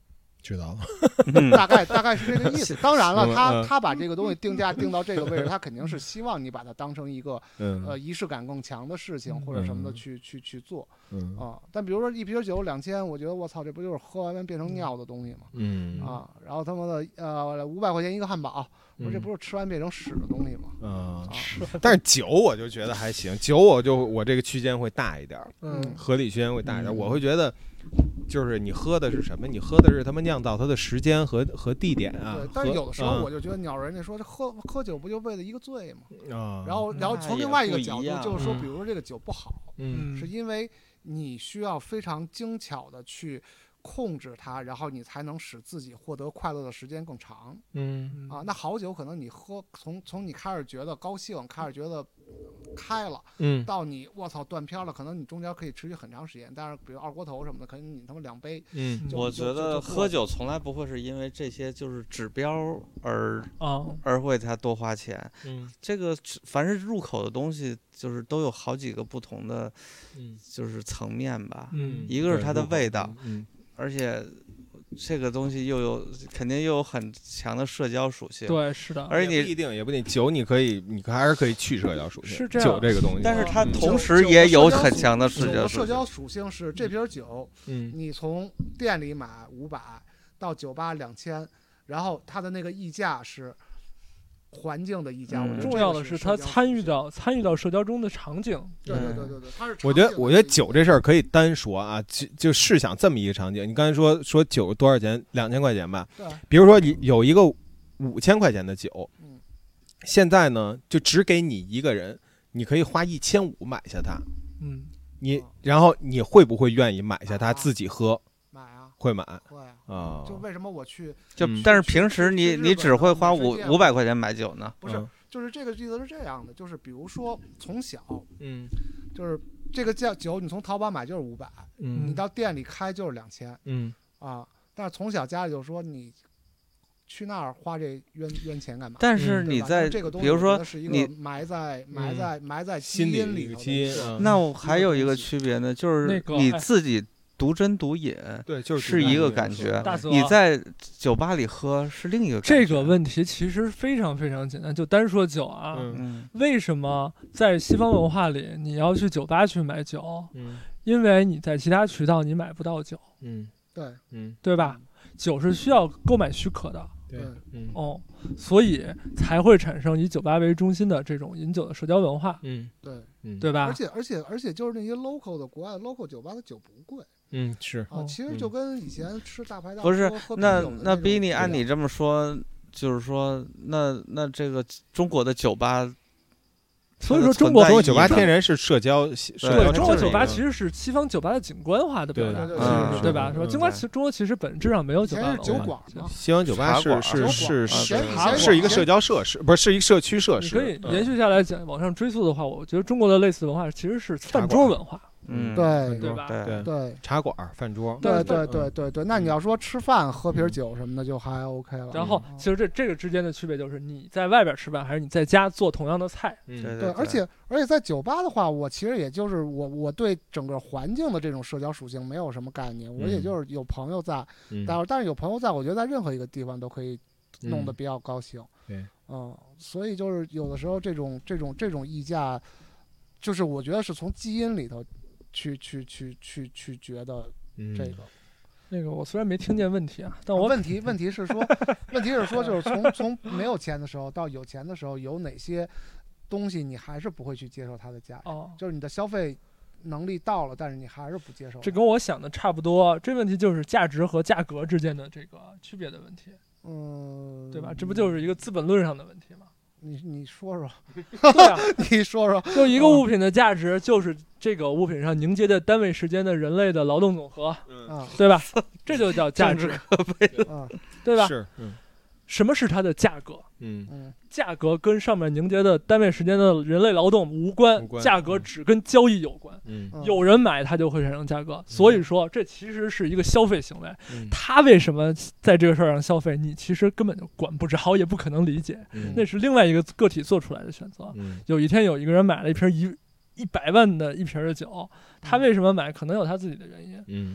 知道了， 大概是这个意思。当然了，他把这个东西定价定到这个位置，他肯定是希望你把它当成一个仪式感更强的事情或者什么的去做但比如说一瓶酒2000，我觉得我操，这不就是喝完变成尿的东西吗？然后他妈的500块钱一个汉堡，我说这不是吃完变成屎的东西吗？ 但是酒我就觉得还行，酒我这个区间会大一点，合理区间会大一点，我会觉得。就是你喝的是什么？你喝的是他们酿造它的时间和地点啊。 对，但是有的时候我就觉得鸟人家说这喝酒不就为了一个醉吗？然后从另外一个角度就是说，比如说这个酒不好，是因为你需要非常精巧的去控制它，然后你才能使自己获得快乐的时间更长。那好酒可能你喝从你开始觉得高兴，开始觉得开了，到你我操断片了，可能你中间可以持续很长时间。但是比如二锅头什么的，可能你他妈2杯。 我觉得喝酒从来不会是因为这些就是指标而为他多花钱。这个凡是入口的东西，就是都有好几个不同的，就是层面吧。一个是它的味道，而且。这个东西肯定又有很强的社交属性， 对，是的。 而且也不一定，酒你还是可以去社交属性， 是这样。 酒这个东西， 但是它同时也有很强的社交属性是这瓶酒，你从店里买500到酒吧2000，然后它的那个溢价是。环境的溢价， 重要的是他参与到社交中的场景。 对，他是。 我觉得酒这事儿可以单说啊，就试想这么一个场景，你刚才说酒多少钱？2000块钱吧。 对。 比如说有一个5000块钱的酒，现在呢就只给你一个人，你可以花1500买下它。然后你会不会愿意买下它自己喝？ 买啊。 会买。 会啊。就为什么我去？ 但是平时你只会花500块钱买酒呢？ 不是，就是这个意思是这样的，就是比如说从小，就是这个酒你从淘宝买就是500，你到店里开就是2000，但是从小家里就说你去那儿花这冤钱干嘛？ 但是你在这个东西， 比如说你埋在基因里头。 那我还有一个区别呢，就是你自己。独斟独饮， 对，就是一个感觉。你在酒吧里喝是另一个感觉。 这个问题其实非常非常简单，就单说酒啊，为什么在西方文化里你要去酒吧去买酒？因为你在其他渠道你买不到酒。对吧？酒是需要购买许可的。 对， 所以才会产生以酒吧为中心的这种饮酒的社交文化。对吧？ 而且就是那些 local 的国外 local 酒吧的酒不贵。 是啊，其实就跟以前吃大排档不是。那比你按你这么说，就是说，那这个中国的酒吧， 所以说中国酒吧天然是社交。 对，中国酒吧其实是西方酒吧的景观化的表达，对吧？是吧？尽管中国其实本质上没有酒吧， 酒馆嘛。 西方酒吧是一个社交设施，不是一个社区设施。 可以延续下来讲，往上追溯的话，我觉得中国的类似文化其实是饭桌文化。 对吧？ 对， 茶馆、饭桌。 对。那你要说吃饭喝瓶酒什么的，就还 OK 了。 然后，其实这个之间的区别就是你在外边吃饭，还是你在家做同样的菜。 对，而且在酒吧的话，我其实也就是我对整个环境的这种社交属性没有什么概念，我也就是有朋友在，但是有朋友在，我觉得在任何一个地方都可以弄得比较高兴。所以就是有的时候这种溢价，就是我觉得是从基因里头。去觉得那个我虽然没听见问题啊，但我问题是说，就是从没有钱的时候到有钱的时候，有哪些东西你还是不会去接受它的价值？就是你的消费能力到了，但是你还是不接受。 这跟我想的差不多，这问题就是价值和价格之间的这个区别的问题。对吧？这不就是一个资本论上的问题吗？ 你说说， 对啊， 你说说， 就一个物品的价值就是这个物品上凝结的单位时间的人类的劳动总和，对吧？这就叫价值，对吧？ 是， 什么是它的价格？价格跟上面凝结的单位时间的人类劳动无关，价格只跟交易有关。有人买它就会产生价格，所以说这其实是一个消费行为。他为什么在这个事儿上消费，你其实根本就管不着，也不可能理解。那是另外一个个体做出来的选择。有一天有一个人买了一瓶100万的一瓶的酒，他为什么买？可能有他自己的原因。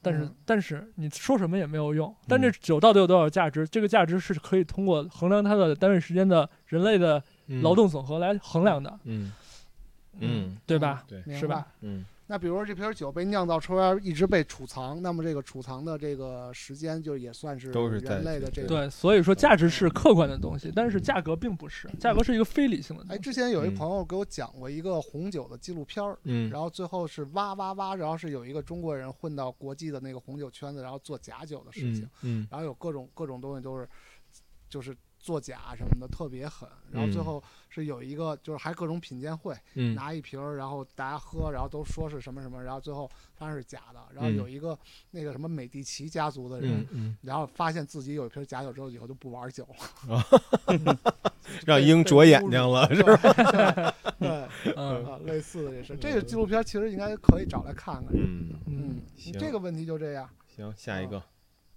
但是你说什么也没有用。但这酒到底有多少价值？这个价值是可以通过衡量它的单位时间的人类的劳动总和来衡量的。对吧？ 对， 是吧？ 那比如说这瓶酒被酿造出来，一直被储藏，那么这个储藏的这个时间就也算是人类的这个。 对，所以说价值是客观的东西，但是价格并不是，价格是一个非理性的东西。 之前有一朋友给我讲过一个红酒的纪录片然后最后是挖，然后是有一个中国人混到国际的那个红酒圈子，然后做假酒的事情，然后有各种东西都是就是作假什么的特别狠，然后最后是有一个就是还各种品鉴会，拿一瓶然后大家喝，然后都说是什么什么，然后最后发现是假的，然后有一个那个什么美第奇家族的人，然后发现自己有一瓶假酒之后，以后就不玩酒了， 让鹰啄眼睛了，是吧？ 对，类似的这事，这个纪录片其实应该可以找来看看。这个问题就这样。 行，下一个，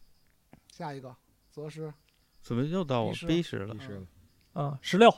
则是。 怎么又到我 B 时了 ？16。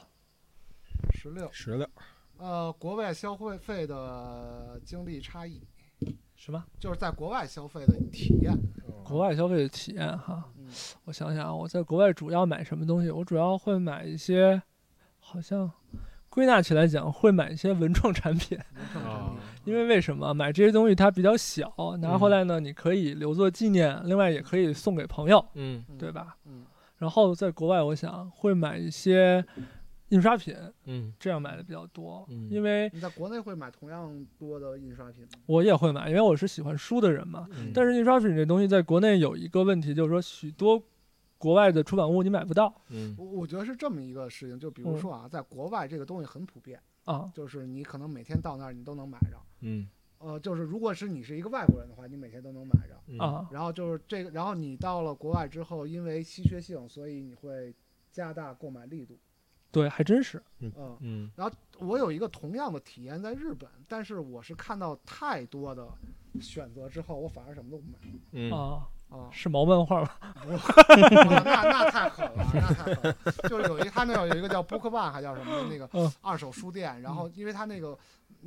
国外消费的经历差异， 什么？ 就是在国外消费的体验。 国外消费的体验哈，我想想，我在国外主要买什么东西？我主要会买一些，好像归纳起来讲，会买一些文创产品。因为为什么买这些东西它比较小，拿回来呢，你可以留作纪念，另外也可以送给朋友，对吧？然后在国外，我想会买一些印刷品，这样买的比较多，因为你在国内会买同样多的印刷品吗？ 我也会买，因为我是喜欢书的人嘛。但是印刷品这东西在国内有一个问题，就是说许多国外的出版物你买不到。 我觉得是这么一个事情，就比如说在国外这个东西很普遍就是你可能每天到那儿你都能买着。就是如果是你是一个外国人的话，你每天都能买着然后就是这个，然后你到了国外之后，因为稀缺性，所以你会加大购买力度。 对，还真是。 然后我有一个同样的体验在日本，但是我是看到太多的选择之后，我反而什么都不买。 是毛漫画吗？ 那太狠了，就是他那有一个叫 BookBan 还叫什么的那个二手书店，然后因为他那个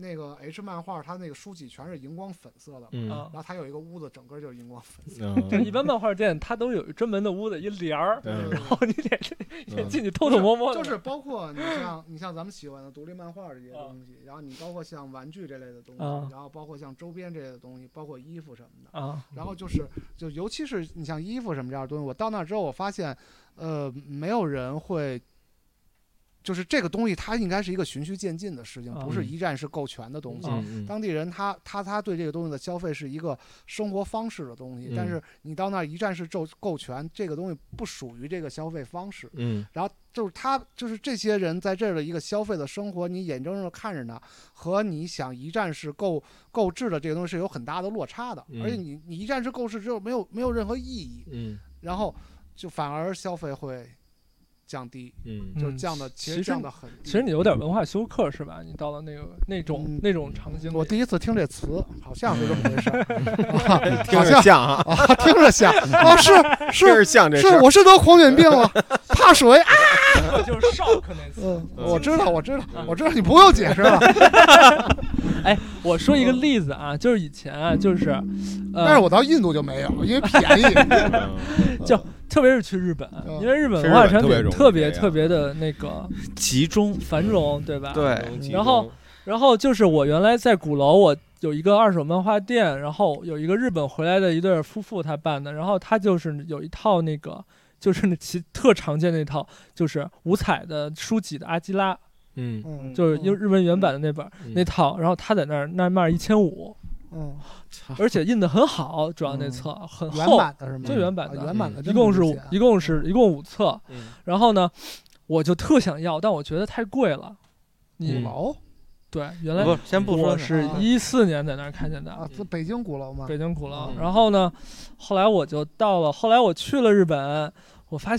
H 漫画，它那个书籍全是荧光粉色的，然后它有一个屋子，整个就是荧光粉色。 就一般漫画店它都有专门的屋子一帘儿，然后你得进去偷偷摸摸。 就是包括你像咱们喜欢的独立漫画这些东西，然后你包括像玩具这类的东西，然后包括像周边这类的东西，包括衣服什么的然后就尤其是你像衣服什么这样的东西，我到那之后我发现，没有人会。就是这个东西，它应该是一个循序渐进的事情，不是一站式购全的东西。当地人他对这个东西的消费是一个生活方式的东西，但是你到那儿一站式购全，这个东西不属于这个消费方式。然后就是这些人在这儿的一个消费的生活，你眼睁睁的看着他，和你想一站式购置的这个东西是有很大的落差的，而且你一站式购置之后没有任何意义。然后就反而消费会。降低，就是降的，其实降的很低。 其实你有点文化休克是吧？你到了那种场景， 我第一次听这词，好像是这么回事， 听着像听着像是像这是，我是得狂犬病了，怕水啊！ 就是shock那次， 我知道，你不用解释了。 哎，我说一个例子啊，就是以前就是， 但是我到印度就没有，因为便宜， 就。特别是去日本，因为日本文化产品特别的那个集中繁荣，对吧？ 对。 然后就是我原来在鼓楼，我有一个二手漫画店，然后有一个日本回来的一对夫妇他办的，然后他就是有一套那个就是特常见那套就是五彩的书籍的阿基拉，就是日文原版的那本那套，然后他在那卖1500。而且印的很好，主要那册很厚，最原版的，一共5册。然后呢，我就特想要，但我觉得太贵了。 鼓楼？ 对，原来先不说， 我是14年在那儿看见的。 北京鼓楼吗？ 北京鼓楼。然后呢，后来我去了日本，我发现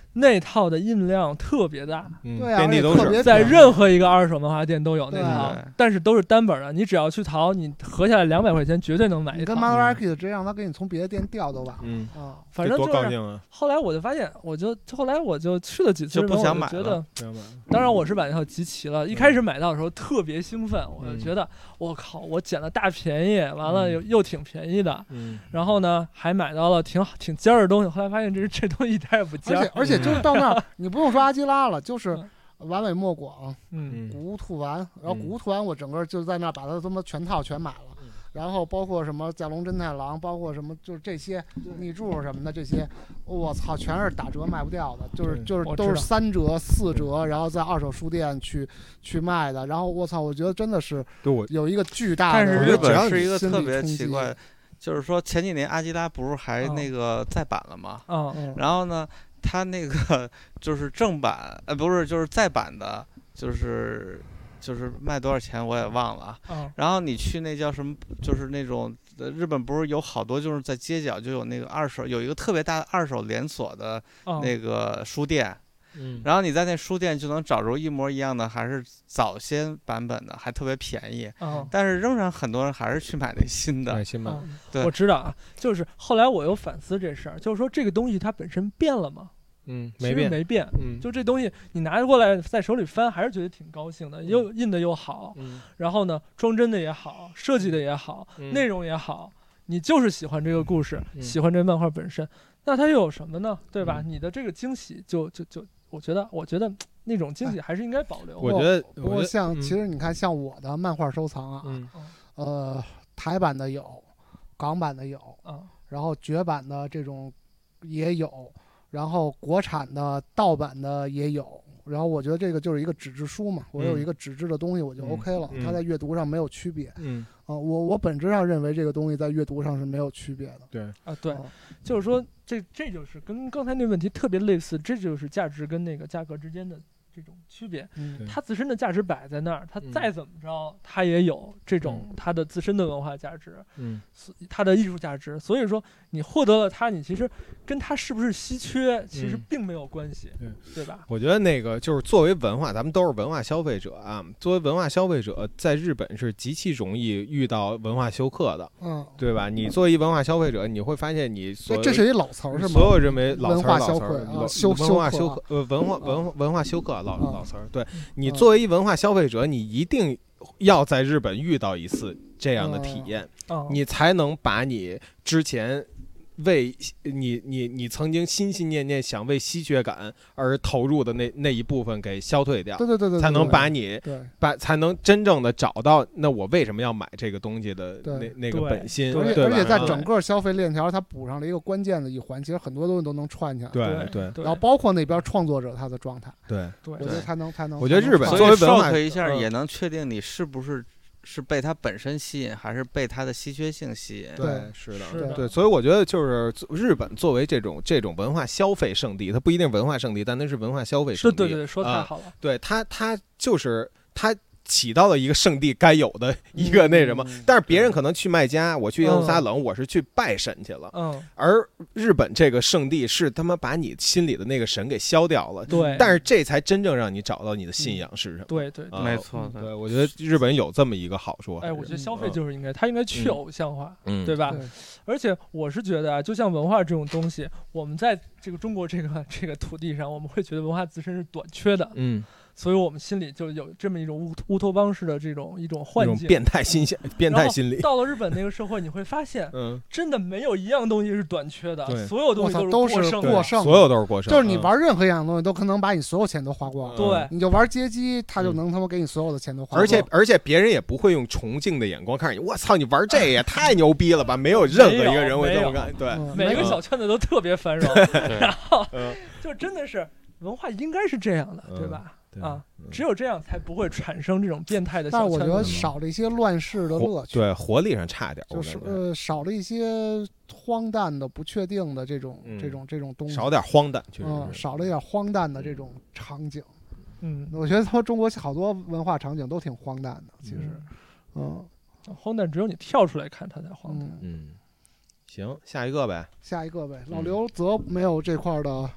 那套的印量特别大， 对啊， 遍地都是， 在任何一个二手漫画店都有那套，但是都是单本的，你只要去淘，你合下来200块钱绝对能买一套。 你跟 Market 直接让他给你从别的店调都完。 反正多高兴啊！ 后来我就发现，后来我就去了几次， 就不想买了。当然我是把那套集齐了，一开始买到的时候特别兴奋，我就觉得我靠，我捡了大便宜，完了又挺便宜的，然后呢还买到了挺尖儿的东西。后来发现这东西一点也不尖儿， 而且就是到那儿你不用说阿基拉了，就是完美莫广，古屋兔丸，然后古屋兔丸我整个就在那儿把它他妈全套全买了。然后包括什么架龙侦太郎，包括什么就是这些逆柱什么的这些，我操，全是打折卖不掉的，就是都是3折4折，然后在二手书店去卖的。然后我操，我觉得真的是有一个巨大的。 但是日本是一个特别奇怪，就是说前几年阿基拉不是还那个再版了吗？然后呢，他那个就是正版，不是就是再版的，就是卖多少钱我也忘了，然后你去那叫什么，就是那种日本不是有好多就是在街角就有那个二手，有一个特别大的二手连锁的那个书店，然后你在那书店就能找着一模一样的，还是早些版本的，还特别便宜，但是仍然很多人还是去买那新的。 对，我知道啊，就是后来我又反思这事儿，就是说这个东西它本身变了吗？ 没变，就这东西你拿过来在手里翻，还是觉得挺高兴的，又印的又好，然后呢，装帧的也好，设计的也好，内容也好，你就是喜欢这个故事，喜欢这漫画本身，那它又有什么呢？对吧？你的这个惊喜就，我觉得那种惊喜还是应该保留。 我觉得， 其实你看，像我的漫画收藏啊，台版的有，港版的有，然后绝版的这种也有。然后国产的盗版的也有，然后我觉得这个就是一个纸质书嘛，我有一个纸质的东西我就 OK 了，它在阅读上没有区别。我本质上认为这个东西在阅读上是没有区别的。 对，就是说这就是跟刚才那问题特别类似，这就是价值跟那个价格之间的这种区别。它自身的价值摆在那儿，它再怎么着，它也有这种它的自身的文化价值，它的艺术价值。所以说，你获得了它，你其实跟它是不是稀缺，其实并没有关系，对吧？ 我觉得那个就是作为文化，咱们都是文化消费者啊。作为文化消费者，在日本是极其容易遇到文化休克的，对吧？你作为一文化消费者，你会发现你这是一老词儿是吗？ 所有认为老文化消克， 文化休克，文化休克。老词儿，对，你作为一文化消费者，你一定要在日本遇到一次这样的体验，你才能把你之前为你曾经心心念念想为稀缺感而投入的那一部分给消退掉， 对， 才能把你才能真正的找到那我为什么要买这个东西的那个本心， 而且在整个消费链条，它补上了一个关键的一环，其实很多东西都能串起来， 对， 然后包括那边创作者他的状态， 对， 我觉得才能， 我觉得日本作为文化一下也能确定你是不是被它本身吸引，还是被它的稀缺性吸引？ 对，是的，对，所以我觉得就是日本作为这种文化消费圣地，它不一定文化圣地，但那是文化消费圣地。 对，说太好了。 对它就是它起到了一个圣地该有的一个那什么，但是别人可能去麦加，我去耶路撒冷，我是去拜神去了，而日本这个圣地是他妈把你心里的那个神给消掉了， 对， 但是这才真正让你找到你的信仰是什么， 对， 没错， 对，我觉得日本有这么一个好处， 我觉得消费就是它应该去偶像化，对吧？而且我是觉得啊，就像文化这种东西，我们在这个中国这个土地上，我们会觉得文化自身是短缺的，所以我们心里就有这么一种乌托邦式的一种幻境， 变态心理。 到了日本那个社会，你会发现，真的没有一样东西是短缺的，所有东西都是过剩， 所有都是过剩。 就是你玩任何一样东西，都可能把你所有钱都花光。 对， 你就玩街机，他就能他妈给你所有的钱都花光。 而且别人也不会用崇敬的眼光看你。我操，你玩这也太牛逼了吧！没有任何一个人会这么干。对， 每个小圈子都特别繁荣，然后就真的是文化应该是这样的，对吧？只有这样才不会产生这种变态的小圈子。 但我觉得少了一些乱世的乐趣， 对，活力上差点， 就是少了一些荒诞的、不确定的这种东西， 少点荒诞，确实少了一点荒诞的这种场景。我觉得他中国好多文化场景都挺荒诞的，其实， 荒诞只有你跳出来看它才荒诞。 行，下一个呗。 老刘则没有这块的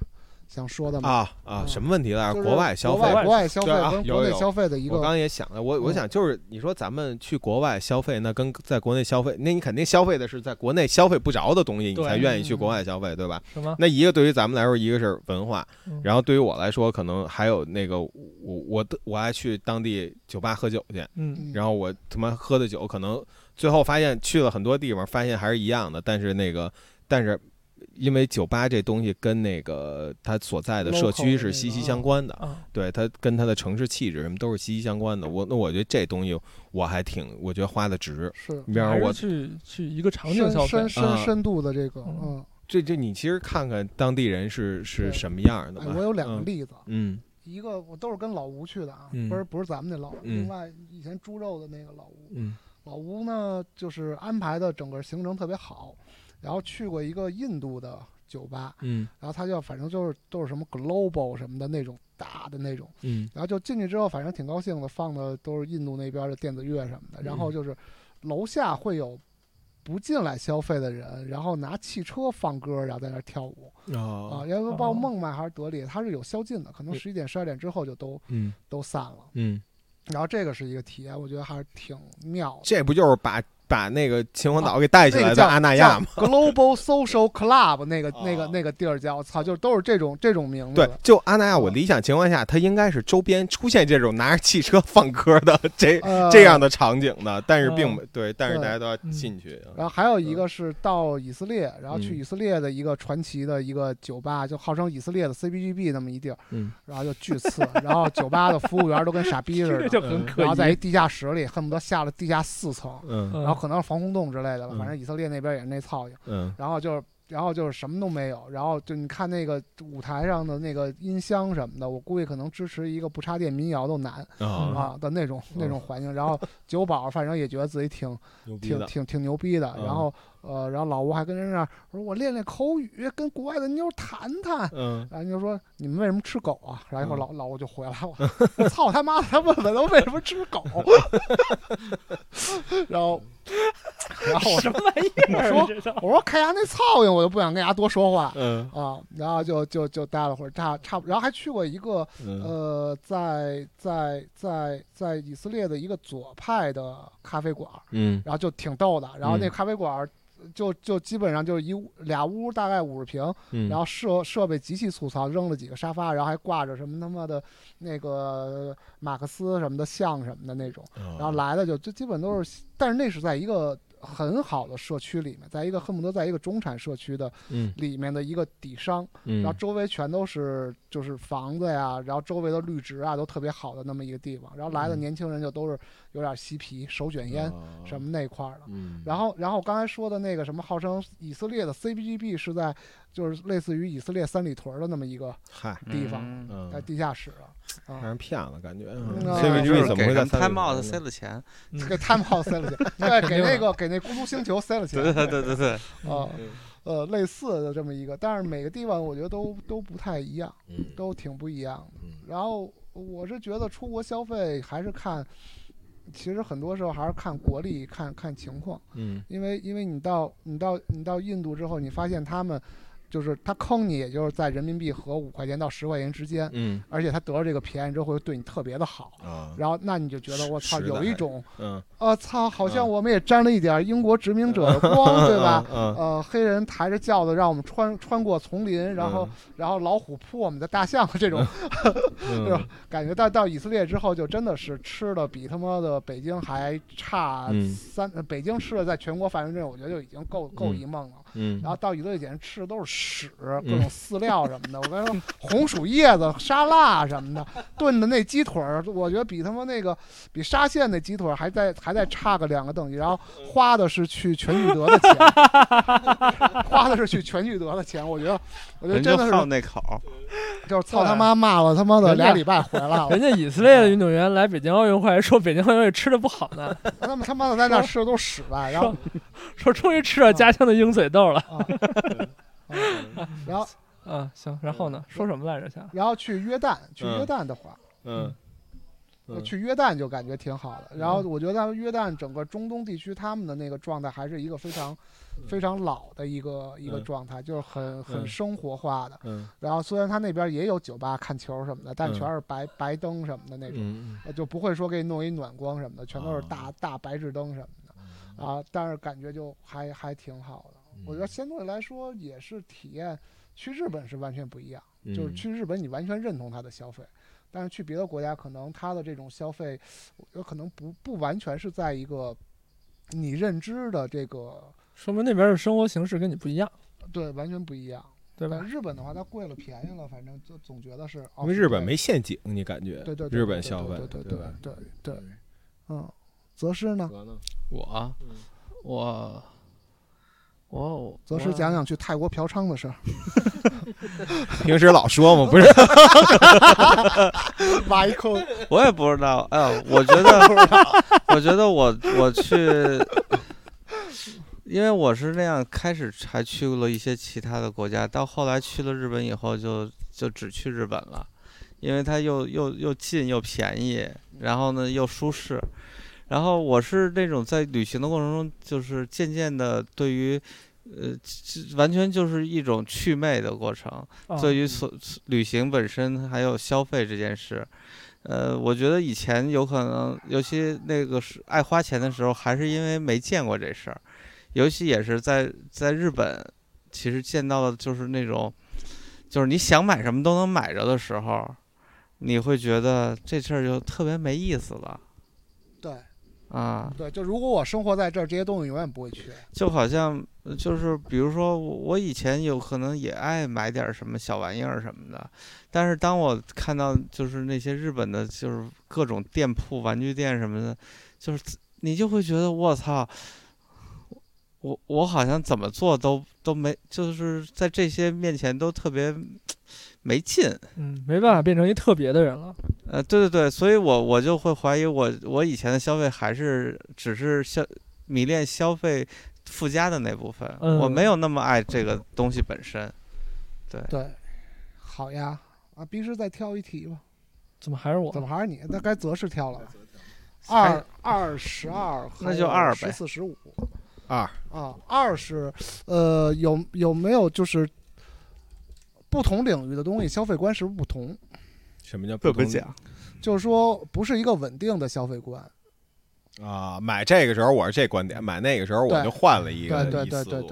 想说的吗？ 什么问题来着？国外消费， 国外消费跟国内消费的一个。 我刚刚也想了，我想就是你说咱们去国外消费，那跟在国内消费，那你肯定消费的是在国内消费不着的东西，你才愿意去国外消费，对吧？那一个对于咱们来说，一个是文化，然后对于我来说，可能还有那个我爱去当地酒吧喝酒去，然后我他妈喝的酒，可能最后发现去了很多地方，发现还是一样的，但是因为酒吧这东西跟那个它所在的社区是息息相关的，对，它跟它的城市气质什么都是息息相关的。我觉得这东西我觉得花的值。 是， 比方说我去一个场景消费， 深度的这个， 这你其实看看当地人是什么样的吧。 我有2个例子， 一个我都是跟老吴去的啊，不是咱们那老吴，另外以前猪肉的那个老吴，老吴呢就是安排的整个行程特别好。然后去过一个印度的酒吧，然后他就反正都是什么 global 什么的那种大的那种，然后就进去之后，反正挺高兴的，放的都是印度那边的电子乐什么的，然后就是楼下会有不进来消费的人，然后拿汽车放歌，然后在那跳舞，因为包括孟买还是德里，它是有宵禁的，可能11点12点之后就都散了，然后这个是一个体验，我觉得还是挺妙的。 这不就是把那个秦皇岛给带起来的阿那亚吗 ？Global Social Club 那个地儿叫，我操，就都是这种名字。 对，就阿那亚，我理想情况下，它应该是周边出现这种拿着汽车放歌的这样的场景的，但是并不对，但是大家都要进去。 然后还有一个是到以色列，然后去以色列的一个传奇的一个酒吧，就号称以色列的 CBGB 那么一地儿，然后就巨次，然后酒吧的服务员都跟傻逼似的，然后在一地下室里，恨不得下了地下4层，然后可能是防空洞之类的吧，反正以色列那边也是那操性，然后就是什么都没有，然后就你看那个舞台上的那个音箱什么的，我估计可能支持一个不插电民谣都难的那种环境，然后酒保反正也觉得自己挺牛逼的，然后老吴还跟人那说我练练口语，跟国外的妞谈谈，然后就说你们为什么吃狗啊？然后一会儿老吴就回来了，操他妈的，他问他为什么吃狗，然后什么玩意儿？我说看人家那操性，我就不想跟人家多说话，然后就待了会儿，差不，然后还去过一个在以色列的一个左派的咖啡馆，然后就挺逗的，然后那咖啡馆就基本上就是俩屋大概50平，然后设备极其粗糙，扔了几个沙发，然后还挂着什么他妈的那个马克思什么的像什么的那种，然后来的就基本都是，但是那是在一个很好的社区里面，在一个恨不得在一个中产社区的里面的一个底商，然后周围全都是就是房子呀，然后周围的绿植啊都特别好的那么一个地方，然后来的年轻人就都是有点嬉皮，手卷烟什么那块的，然后我刚才说的那个什么号称以色列的 CBGB 是在就是类似于以色列三里屯的那么一个地方，在地下室让人骗了感觉。 CBGB 怎么会在Time Out塞了钱？ 给 Time Out塞了钱，对，给那孤独星球塞了钱。 对， 类似的这么一个，但是每个地方我觉得都不太一样，都挺不一样的。然后我是觉得出国消费还是看，其实很多时候还是看国力，看情况。因为你到印度之后，你发现他们。就是他坑你，也就是在人民币和5块钱到10块钱之间，而且他得了这个便宜之后会对你特别的好，然后那你就觉得我操，有一种，操，好像我们也沾了一点英国殖民者的光，对吧？黑人抬着轿子让我们穿过丛林，然后老虎扑我们的大象这种，对吧？感觉到以色列之后，就真的是吃的比他妈的北京还差北京吃的在全国范围内，我觉得就已经够一梦了。然后到以色列简直吃的都是屎，各种饲料什么的。我跟你说，红薯叶子、沙拉什么的，炖的那鸡腿儿，我觉得比他妈那个比沙县那鸡腿还在差个2个等级。然后花的是去全聚德的钱，我觉得真的是好那口， 就是操他妈骂了他妈的2礼拜回来了。 人家以色列的运动员来北京奥运会，说北京奥运会吃的不好呢， 他们他妈的在那吃的都屎吧，然后说终于吃到家乡的鹰嘴豆了。 然后行，然后呢？说什么来着？ 然后去约旦的话， 去约旦就感觉挺好的。然后我觉得约旦整个中东地区他们的那个状态还是一个非常老的一个状态，就是很生活化的。然后虽然他那边也有酒吧看球什么的，但全是白灯什么的那种，就不会说给你弄一暖光什么的，全都是大白炽灯什么的啊。但是感觉就还挺好的。我觉得相对来说也是体验。去日本是完全不一样，就是去日本你完全认同他的消费，但是去别的国家可能他的这种消费，有可能不完全是在一个你认知的这个， 说明那边的生活形式跟你不一样， 对，完全不一样， 对吧？ 日本的话，它贵了便宜了，反正就总觉得是， 因为日本没陷阱，你感觉？ 对， 日本消费， 对，则师呢？ 我则是讲去泰国嫖娼的事儿。 平时老说嘛，不是？ 挖一坑。 我也不知道。哎呀，我觉得我去，因为我是那样开始还去了一些其他的国家，到后来去了日本以后就只去日本了，因为它又近又便宜，然后呢又舒适。然后我是那种在旅行的过程中，就是渐渐的对于，完全就是一种祛魅的过程。对于旅行本身还有消费这件事，我觉得以前有可能，尤其那个是爱花钱的时候，还是因为没见过这事儿。尤其也是在日本，其实见到的就是那种，就是你想买什么都能买着的时候，你会觉得这事儿就特别没意思了。 对。 对， 就如果我生活在这儿，这些东西永远不会缺。 就好像就是比如说我以前有可能也爱买点什么小玩意儿什么的，但是当我看到就是那些日本的，就是各种店铺、玩具店什么的，就是你就会觉得我操，我好像怎么做都没，就是在这些面前都特别没劲。 没办法变成一特别的人了。 对，所以我就会怀疑我以前的消费还是只是迷恋消费附加的那部分，我没有那么爱这个东西本身。对， 好呀，冰师再挑一题吧。 怎么还是我？ 怎么还是你？那该则是挑了。2、12， 那就2呗。 14、15。 2 是有没有就是不同领域的东西消费观是不是不同？ 什么叫不同？ 就是说不是一个稳定的消费观啊。买这个时候我是这观点，买那个时候我就换了一个对，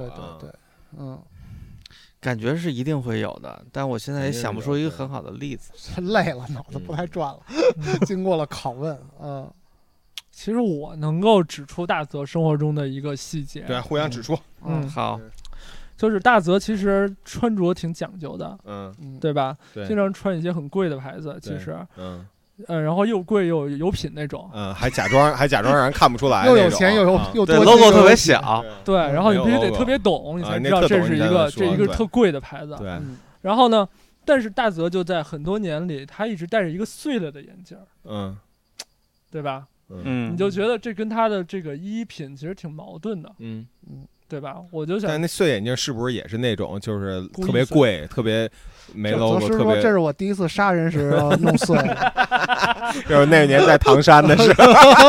感觉是一定会有的，但我现在也想不出一个很好的例子。 累了，脑子不太转了。经过了拷问， 其实我能够指出大泽生活中的一个细节。 对，互相指出。 好。 就是大泽其实穿着挺讲究的，对吧？ 对， 经常穿一些很贵的牌子，其实，然后又贵又有品那种， 还假装让人看不出来， 又有钱又多 ，logo 特别小， 对，然后你必须得特别懂，你才知道这是一个特贵的牌子， 对。 然后呢，但是大泽就在很多年里，他一直戴着一个碎了的眼镜，对吧？你就觉得这跟他的这个衣品其实挺矛盾的，对吧？我就想， 但那碎眼镜是不是也是那种就是特别贵、特别没 logo？ 特别，这是我第一次杀人时弄碎的， 就是那年在唐山的时候，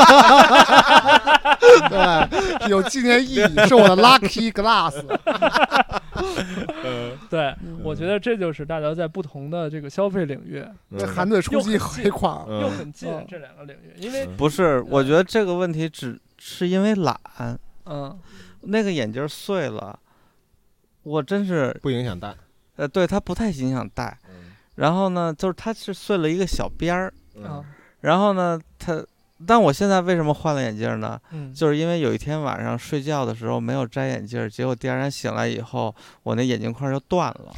对，有纪念意义，是我的 lucky glass。 对，我觉得这就是大家在不同的这个消费领域， 含队出击一块儿， 又很近这两个领域，因为不是，我觉得这个问题只是因为懒，那个眼镜碎了，我真是不影响戴， 对，它不太影响戴，然后呢，就是它是碎了一个小边儿，然后呢，但我现在为什么换了眼镜呢？就是因为有一天晚上睡觉的时候没有摘眼镜，结果第二天醒来以后，我那眼镜框就断了，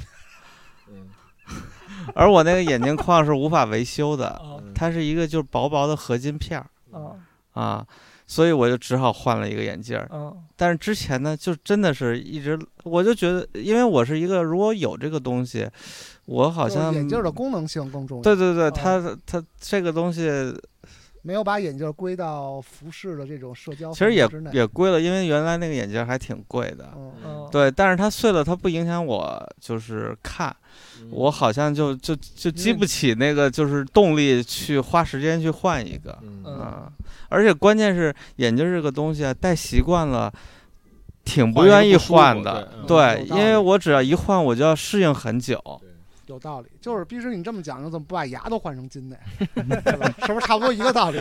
而我那个眼镜框是无法维修的，它是一个就是薄薄的合金片儿，所以我就只好换了一个眼镜。但是之前呢，就真的是一直，我就觉得，因为我是一个如果有这个东西，我好像眼镜的功能性更重要。 对，它这个东西， 没有把眼镜归到服饰的这种社交。 其实也归了，因为原来那个眼镜还挺贵的。对，但是它碎了，它不影响我就是看，我好像就激不起那个就是动力去花时间去换一个。而且关键是眼镜这个东西啊，戴习惯了。挺不愿意换的，对，因为我只要一换，我就要适应很久。 有道理，就是必须你这么讲究，怎么不把牙都换成金的？对吧？是不是差不多一个道理？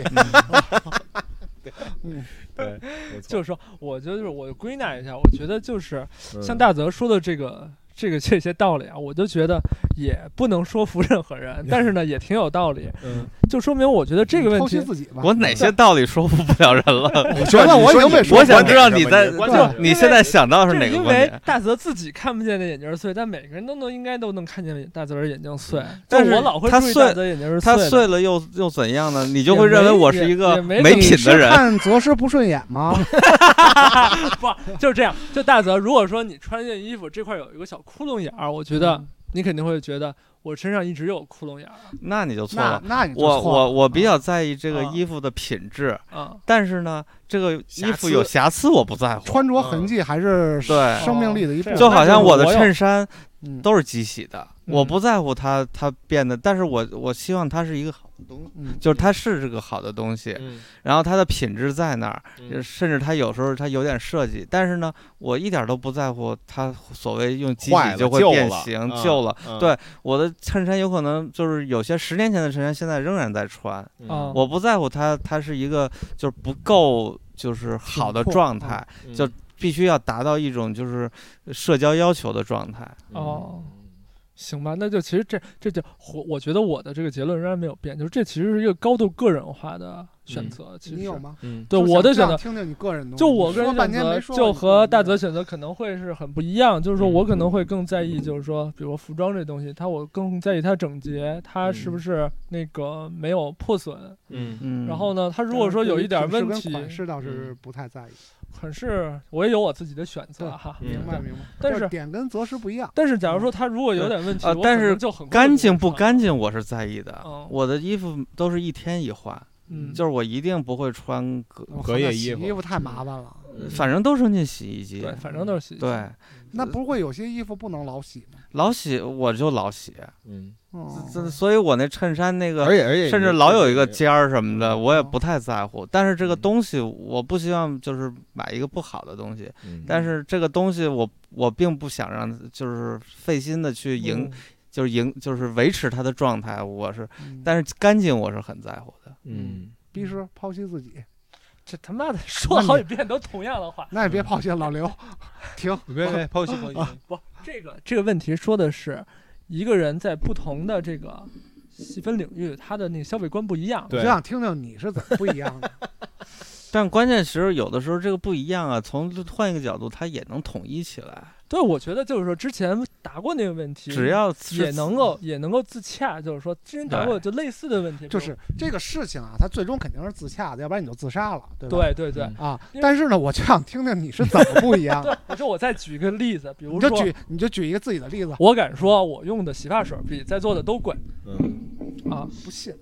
对， 就是说，我归纳一下，我觉得就是像大泽说的这些道理啊，我就觉得也不能说服任何人，但是呢，也挺有道理。就说明我觉得这个问题， 自己吧。 我哪些道理说服不了人了？ 我觉得我已经被说服了。 我想知道你现在想到是哪个观点？ 因为大泽自己看不见的眼镜碎，但每个人应该都能看见大泽的眼镜碎。但是我老会注意大泽眼镜是碎的。 他碎了又怎样呢？你就会认为我是一个没品的人。 看泽师不顺眼吗？ 不，就是这样。就大泽，如果说你穿件衣服这块有一个小窟窿眼儿，我觉得你肯定会觉得我身上一直有窟窿眼儿。 那你就错了。 那你就错了。 我比较在意这个衣服的品质，但是呢，这个衣服有瑕疵我不在乎， 穿着痕迹还是生命力的一部分。 就好像我的衬衫都是机洗的，我不在乎它变的，但是我希望它是一个好的东西，就是它是这个好的东西，然后它的品质在那儿，甚至它有时候它有点设计，但是呢，我一点都不在乎它所谓用机洗就会变形旧了。对，我的衬衫有可能就是有些10年前的衬衫现在仍然在穿，我不在乎它是一个就是不够就是好的状态，就必须要达到一种就是社交要求的状态。 行吧，那就其实这就我觉得我的这个结论仍然没有变，就是这其实是一个高度个人化的选择。其实你有吗？ 对，我的选择， 听听你个人的， 就我个人选择就和大泽选择可能会是很不一样。就是说我可能会更在意，就是说，比如说服装这东西，我更在意它整洁，它是不是那个没有破损。然后呢，它如果说有一点问题， 款式倒是不太在意。 款式我也有我自己的选择哈， 明白。 但是点跟择时不一样。 但是假如说它如果有点问题， 但是干净不干净我是在意的。我的衣服都是一天一换，就是我一定不会穿隔夜衣服。 洗衣服太麻烦了， 反正都扔进洗衣机。 对，反正都是洗衣机。 对， 那不会有些衣服不能老洗吗？ 老洗我就老洗。所以我那衬衫那个， 而且甚至老有一个尖儿什么的，我也不太在乎。但是这个东西，我不希望就是买一个不好的东西。但是这个东西我并不想让就是费心的去就是维持它的状态。但是干净我是很在乎的。 必须剖析自己。 这他妈的说好几遍都同样的话。 那也别剖析了，老刘，停， 别剖析。 不，这个问题说的是。一个人在不同的这个细分领域，他的那个消费观不一样。 我就想听听你是怎么不一样的。 但关键时候有的时候这个不一样啊，从换一个角度，它也能统一起来。 对，我觉得就是说之前答过那个问题， 只要也能够自洽，就是说之前答过就类似的问题， 就是这个事情啊，它最终肯定是自洽的，要不然你就自杀了，对吧？ 对啊！但是呢，我就想听听你是怎么不一样。 对，我说我再举一个例子，比如说你就举一个自己的例子。 我敢说，我用的洗发水比在座的都贵。 不信。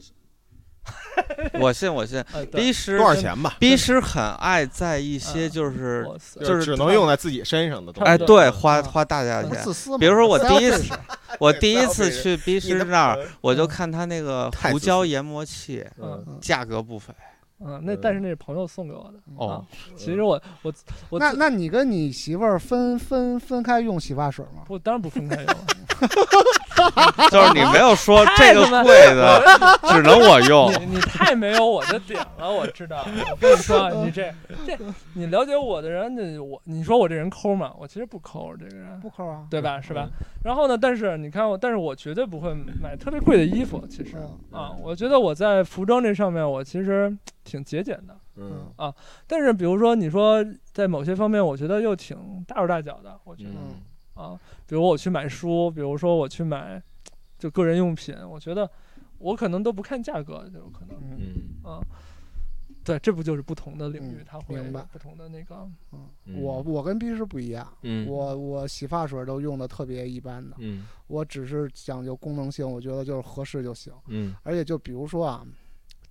我信逼师多少钱吧？ 逼师很爱在一些就是只能用在自己身上的东西。对，花大价钱。比如说我第一次去逼师那儿，我就看他那个胡椒研磨器，价格不菲。 但是那是朋友送给我的。其实我那你跟你媳妇儿分开用洗发水吗？ 我当然不分开用。 就是你没有说这个贵的只能我用。 你太没有我的点了，我知道。我跟你说，你这你了解我的人，你说我这人抠吗？我其实不抠，这个人不抠啊， 对吧？是吧？然后呢，但是你看但是我绝对不会买特别贵的衣服。其实我觉得我在服装这上面，我其实挺节俭的。但是比如说你说在某些方面，我觉得又挺大手大脚的。我觉得比如我去买书，比如说我去买就个人用品，我觉得我可能都不看价格，就有可能。对，这不就是不同的领域，它会有不同的那个。 我跟逼师不一样。我洗发水都用的特别一般的。我只是讲究功能性，我觉得就是合适就行。而且就比如说啊，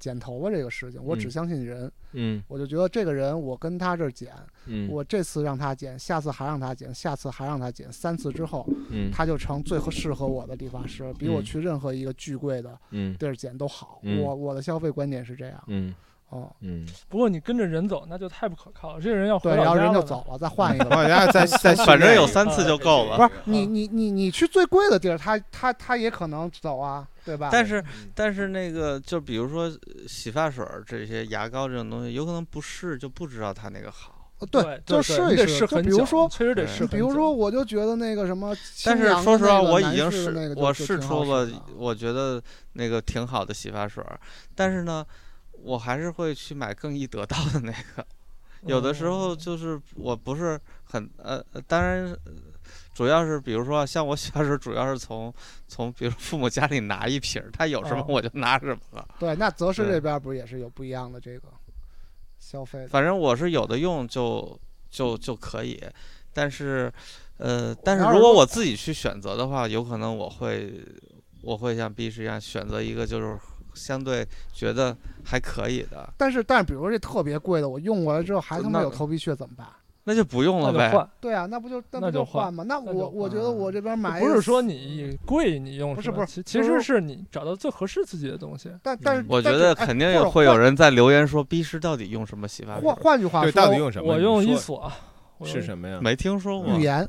剪头发这个事情，我只相信人。我就觉得这个人，我跟他这儿剪，我这次让他剪，下次还让他剪，下次还让他剪，3次之后，他就成最适合我的理发师，比我去任何一个巨贵的地儿剪都好。我的消费观点是这样。 不过你跟着人走那就太不可靠了，这个人要回对，然后人就走了，再换一个， 反正有3次就够了。 不是你去最贵的地儿，他也可能走啊，对吧？ 但是那个就比如说洗发水这些牙膏这种东西，有可能不试就不知道它那个好。 对，就试一试。就比如说， 确实得试。 比如说，我就觉得那个什么， 但是说实话，我已经试出了，我觉得那个挺好的洗发水，但是呢。我还是会去买更易得到的那个，有的时候就是我不是很当然，主要是比如说像我洗发水，主要是从比如父母家里拿一瓶，他有什么我就拿什么。 对，那泽师这边不是也是有不一样的这个消费？ 反正我是有的用就可以，但是如果我自己去选择的话，有可能我会像 B 师一样选择一个就是。相对觉得还可以的， 但是比如说这特别贵的，我用过来之后还他妈有头皮屑怎么办？ 那就不用了呗。 对啊，那不就换吗？那我觉得我这边买不是说你贵你用不是，其实是你找到最合适自己的东西。 但是我觉得肯定会有人在留言说 B 师到底用什么洗发水？ 换句话说， 到底用什么？ 我用伊索。 是什么呀？ 没听说过。 语言。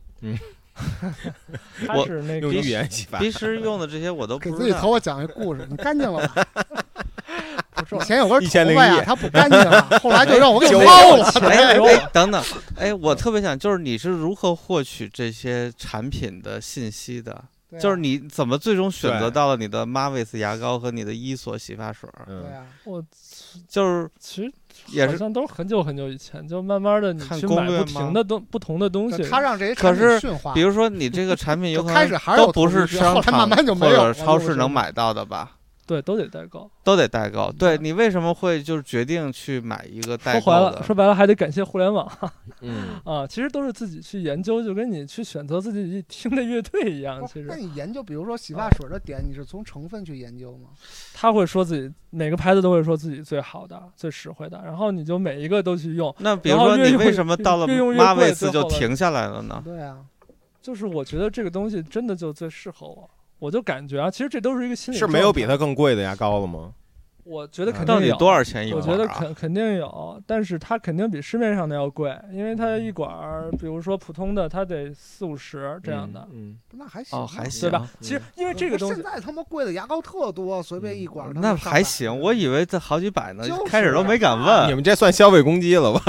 我是那个用语言洗发， 平时用的这些我都不知道。 给自己头发讲一故事，你干净了吧？以前有根头发呀，它不干净了，后来就让我给薅了。 等等，我特别想，就是你是如何获取这些产品的信息的？就是你怎么最终选择到了你的 Marvis 牙膏和你的伊索洗发水？ 对呀， 我就是其实。也是，好像都是很久很久以前，就慢慢的你去买不同的东西。 他让这些产品驯化。 比如说你这个产品有可能开始还是都不是商场或者超市能买到的吧？ 对，都得代购， 对，你为什么会就是决定去买一个代购的？ 说白了还得感谢互联网。其实都是自己去研究，就跟你去选择自己听的乐队一样。其实， 那你研究，比如说洗发水的点，你是从成分去研究吗？ 他会说自己每个牌子都会说自己最好的、最实惠的，然后你就每一个都去用。 那比如说你为什么到了马维斯就停下来了呢？ 对啊， 就是我觉得这个东西真的就最适合我。我就感觉啊，其实这都是一个心理。 是没有比它更贵的牙膏了吗？ 我觉得肯定有。 到底多少钱一管？我觉得肯定有，但是它肯定比市面上的要贵，因为它一管，比如说普通的，它得40-50这样的。 那还行。 还行， 对吧？其实因为这个东西， 现在他妈贵的牙膏特多，随便一管。 那还行，我以为这好几百呢，开始都没敢问。 你们这算消费攻击了吧？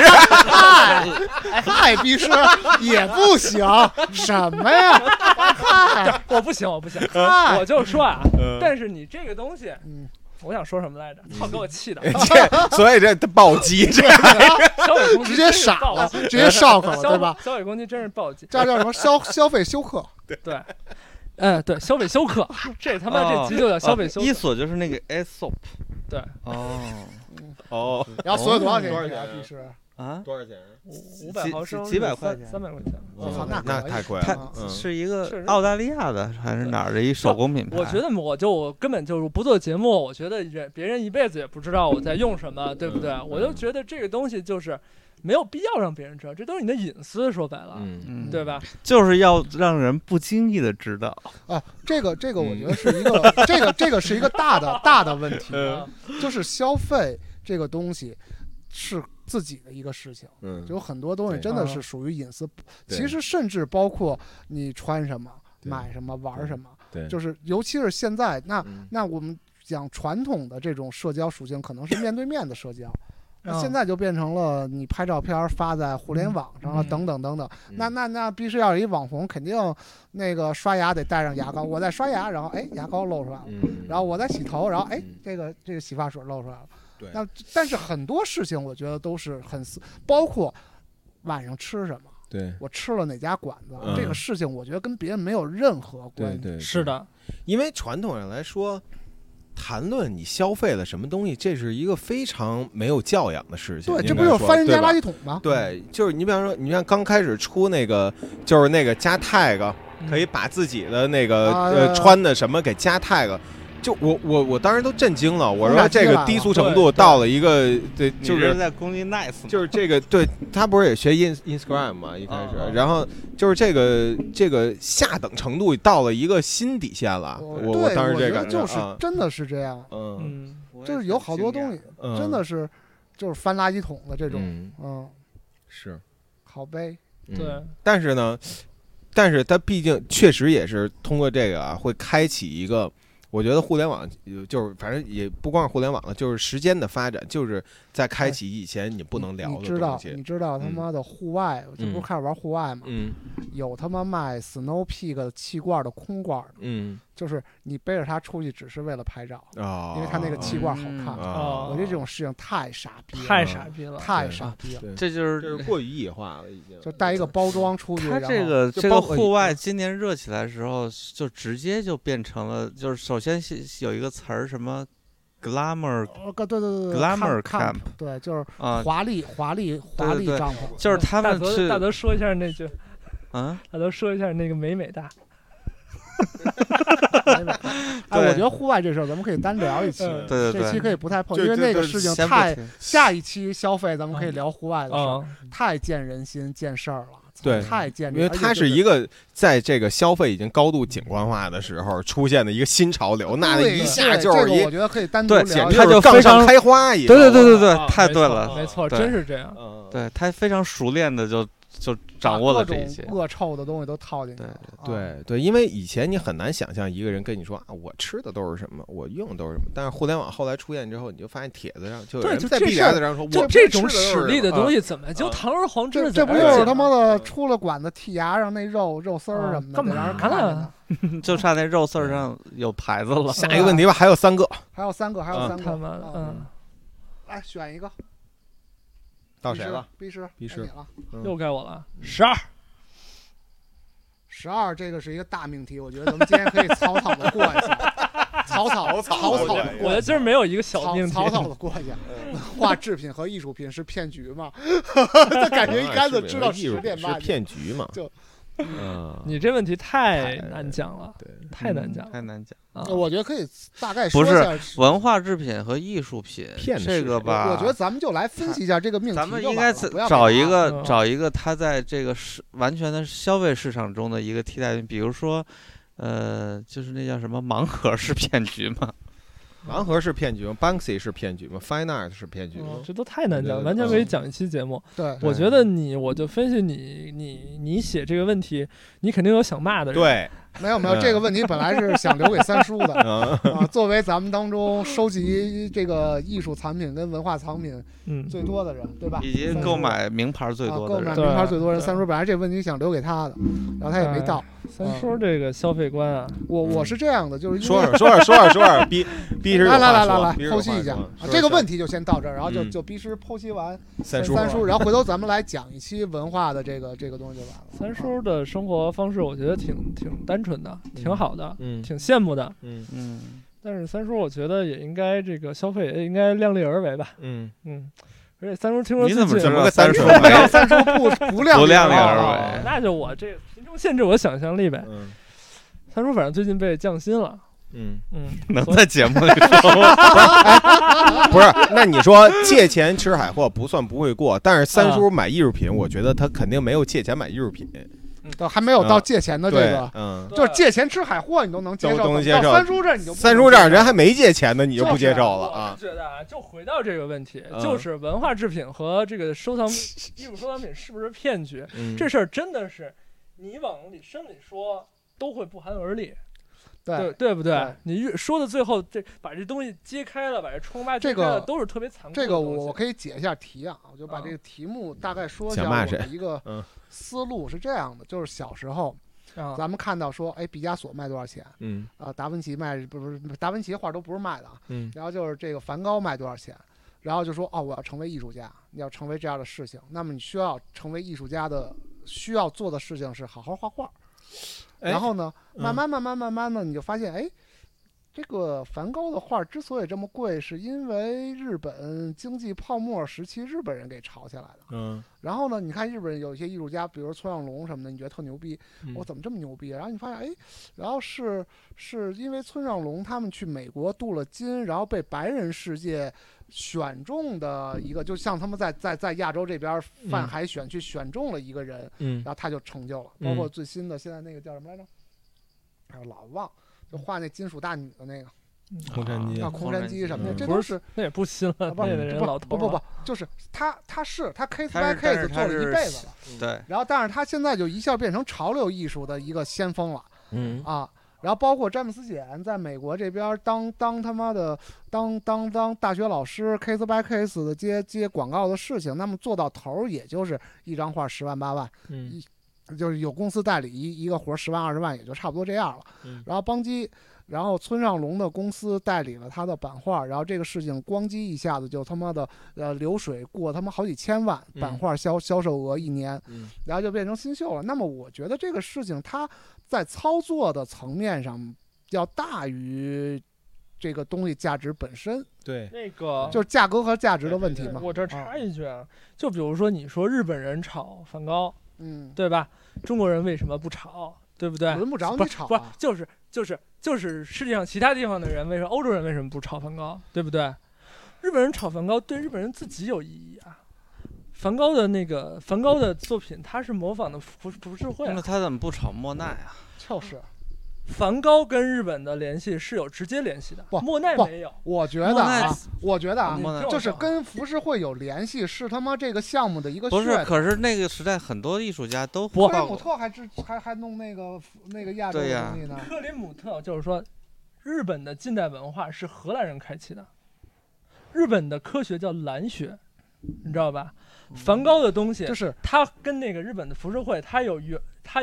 嗨，逼师也不行，什么呀？ 我不行，我就说啊，但是你这个东西，我想说什么来着？操，给我气的！ 所以这暴击，这消费攻击直接傻了，直接上口了，对吧？ 消费攻击真是暴击， 这叫什么消费休克？ 对，对，消费休克，这他妈这集就叫消费休克。 伊索就是那个 Aesop， 对， 哦， 然后所有多少钱？必须啊？ 多少钱 ？500毫升， 几百块钱 ，300块钱。 我操，那太贵了。 它是一个澳大利亚的还是哪儿的一手工品牌？ 我觉得我根本就不做节目，我觉得别人一辈子也不知道我在用什么，对不对？我就觉得这个东西就是没有必要让别人知道，这都是你的隐私，说白了，对吧？ 就是要让人不经意的知道啊。这个我觉得是一个这个是一个大的问题，就是消费这个东西是自己的一个事情，有很多东西真的是属于隐私，其实甚至包括你穿什么、买什么、玩什么，就是尤其是现在，那我们讲传统的这种社交属性，可能是面对面的社交。那现在就变成了你拍照片发在互联网上了，等等等等。那必须要有一网红，肯定那个刷牙得带上牙膏。我在刷牙，然后牙膏露出来了，然后我在洗头，然后这个洗发水露出来了。那但是很多事情我觉得都是很包括晚上吃什么，我吃了哪家馆子，这个事情我觉得跟别人没有任何关系。 是的， 因为传统上来说，谈论你消费了什么东西，这是一个非常没有教养的事情。 对，这不就是翻人家垃圾桶吗？ 对，就是你比方说，你看刚开始出那个，就是那个加 tag，可以把自己的那个穿的什么给加 tag。 就我当时都震惊了，我说这个低俗程度到了一个对，就是在攻击 nice， 就是这个对他不是也学 Instagram 嘛一开始，然后就是这个下等程度到了一个新底线了。我当时这感觉就是真的是这样，就是有好多东西真的是就是翻垃圾桶的这种， 是好悲， 对， 但是它毕竟确实也是通过这个会开启一个。我觉得互联网就是反正也不光是互联网了，就是时间的发展，就是在开启以前你不能聊的东西。 你知道他妈的户外，这不是开始玩户外吗？有他妈卖 Snow Peak 的气罐的空罐的，就是你背着它出去只是为了拍照，因为它那个气罐好看。我觉得这种事情太傻逼了， 太傻逼了， 太傻逼了。 这就是过于异化了，已经。 就带一个包装出去。 它这个户外今年热起来的时候，就直接就变成了，就是首先有一个词儿什么 glamour， 对 glamour camp， 对，就是华丽帐篷， 就是他们是大德说一下那句，大德说一下那个美大。 我觉得户外这事儿咱们可以单聊一期， 对， 这期可以不太碰，因为那个事情下一期消费咱们可以聊户外的事儿，太见人心见事儿了。 对， 太见， 因为它是一个在这个消费已经高度景观化的时候出现的一个新潮流，那一下就是我觉得可以单独聊， 它就杠上开花一样。 对，太对了， 没错，真是这样。 对，他非常熟练的就掌握了这一些恶臭的东西都套进去。 对，因为以前你很难想象一个人跟你说我吃的都是什么，我用的都是什么。但是互联网后来出现之后，你就发现帖子上就有人在 BBS 上说，我这种实力的东西怎么就堂而皇之的？ 这不就是他妈的出了馆子剔牙上那肉丝儿什么的， 干嘛呢？ 就差那肉丝上有牌子了。 下一个问题吧，还有三个， 还有三个， 来选一个。 到谁了？ 逼师， 又该我了。 12，这个是一个大命题，我觉得咱们今天可以草的过一下，草， 我觉得今儿没有一个小命题， 草的过一下。文化制品和艺术品是骗局吗？感觉一竿子知道10点半是骗局嘛？ 就。 你这问题太难讲了，太难讲。 我觉得可以大概说一下， 不是文化制品和艺术品这个吧？ 我觉得咱们就来分析一下这个命题。 咱们应该找一个它在这个完全的消费市场中的一个替代品，比如说，就是那叫什么盲盒是骗局吗？ 盲盒是骗局吗 ？Banksy 是骗局吗 ？Fine Art 是骗局吗？ 这都太难讲，完全可以讲一期节目。 对， 我觉得我就分析你写这个问题，你肯定有想骂的人。 对， 没有，这个问题本来是想留给三叔的作为咱们当中收集这个艺术产品跟文化产品最多的人，对吧？ 以及购买名牌最多的人， 购买名牌最多人，三叔本来这个问题想留给他的，然后他也没到。 三叔这个消费观啊， 我是这样的，就是说逼师来剖析一下这个问题就先到这儿，然后就逼师剖析完三叔，然后回头咱们来讲一期文化的这个东西就完了。 三叔的生活方式我觉得挺单纯的，挺好的，挺羡慕的，但是三叔我觉得也应该这个消费也应该量力而为吧，而且三叔听说你怎么这么个三叔不量力而为？ 那就我这贫穷限制我想象力呗。三叔反正最近被降薪了。 能在节目里说吗？不是，那你说借钱吃海货不算不会过，但是三叔买艺术品，我觉得他肯定没有借钱买艺术品。 还没有到借钱的这个，就是借钱吃海货你都能接受， 都能接受。 三叔这你就三叔这样人还没借钱呢，你就不接受了啊？ 我觉得就回到这个问题，就是文化制品和这个艺术收藏品是不是骗局？这事儿真的是你往深里说都会不寒而栗。对不对？你越说的最后，把这东西揭开了，把这疮疤揭开了，都是特别残酷的。 这个我可以解一下题啊，我就把这个题目大概说一下我的一个思路是这样的，就是小时候咱们看到说，毕加索卖多少钱？达芬奇卖不是达芬奇画都不是卖的啊，然后就是这个梵高卖多少钱？然后就说我要成为艺术家，你要成为这样的事情，那么你需要成为艺术家的需要做的事情是好好画画。然后呢，慢慢的，你就发现， 这个梵高的画之所以这么贵，是因为日本经济泡沫时期日本人给炒起来的。然后呢，你看日本有一些艺术家，比如村上隆什么的，你觉得特牛逼，我怎么这么牛逼？然后你发现，哎，然后是因为村上隆他们去美国镀了金，然后被白人世界选中的一个，就像他们在亚洲这边泛海选去选中了一个人，然后他就成就了。包括最新的现在那个叫什么来着？哎，老忘。就画那金属大女的那个空山鸡什么的，这都是那也不新了，那人老头不，就是他 case by case 做了一辈子了， 对。 然后但是他现在就一下变成潮流艺术的一个先锋了，然后包括詹姆斯简在美国这边当他妈的当大学老师 case by case 的接广告的事情，那么做到头也就是一张画10万8万，就是有公司代理一个活10万20万也就差不多这样了。然后邦基，然后村上隆的公司代理了他的版画，然后这个事情咣叽一下子就他妈的流水过他妈好几千万版画销售额一年，然后就变成新秀了。那么我觉得这个事情它在操作的层面上要大于这个东西价值本身。 对， 那个就是价格和价值的问题嘛。 我这插一句啊，就比如说你说日本人炒梵高，对吧？中国人为什么不炒？对不对？ 轮不着你炒， 不就是世界上其他地方的人，为什么欧洲人为什么不炒梵高？对不对？日本人炒梵高对日本人自己有意义啊。梵高的作品，他是模仿的浮世绘， 那他怎么不炒莫奈啊？ 就是。 梵高跟日本的联系是有直接联系的，莫奈没有。 我觉得啊，就是跟浮世绘有联系，是他妈这个项目的一个不是。可是那个时代很多艺术家都克林姆特还弄那个亚洲的东西呢。 克林姆特就是说，日本的近代文化是荷兰人开启的，日本的科学叫蓝学，你知道吧？梵高的东西就是他跟那个日本的浮世绘，他有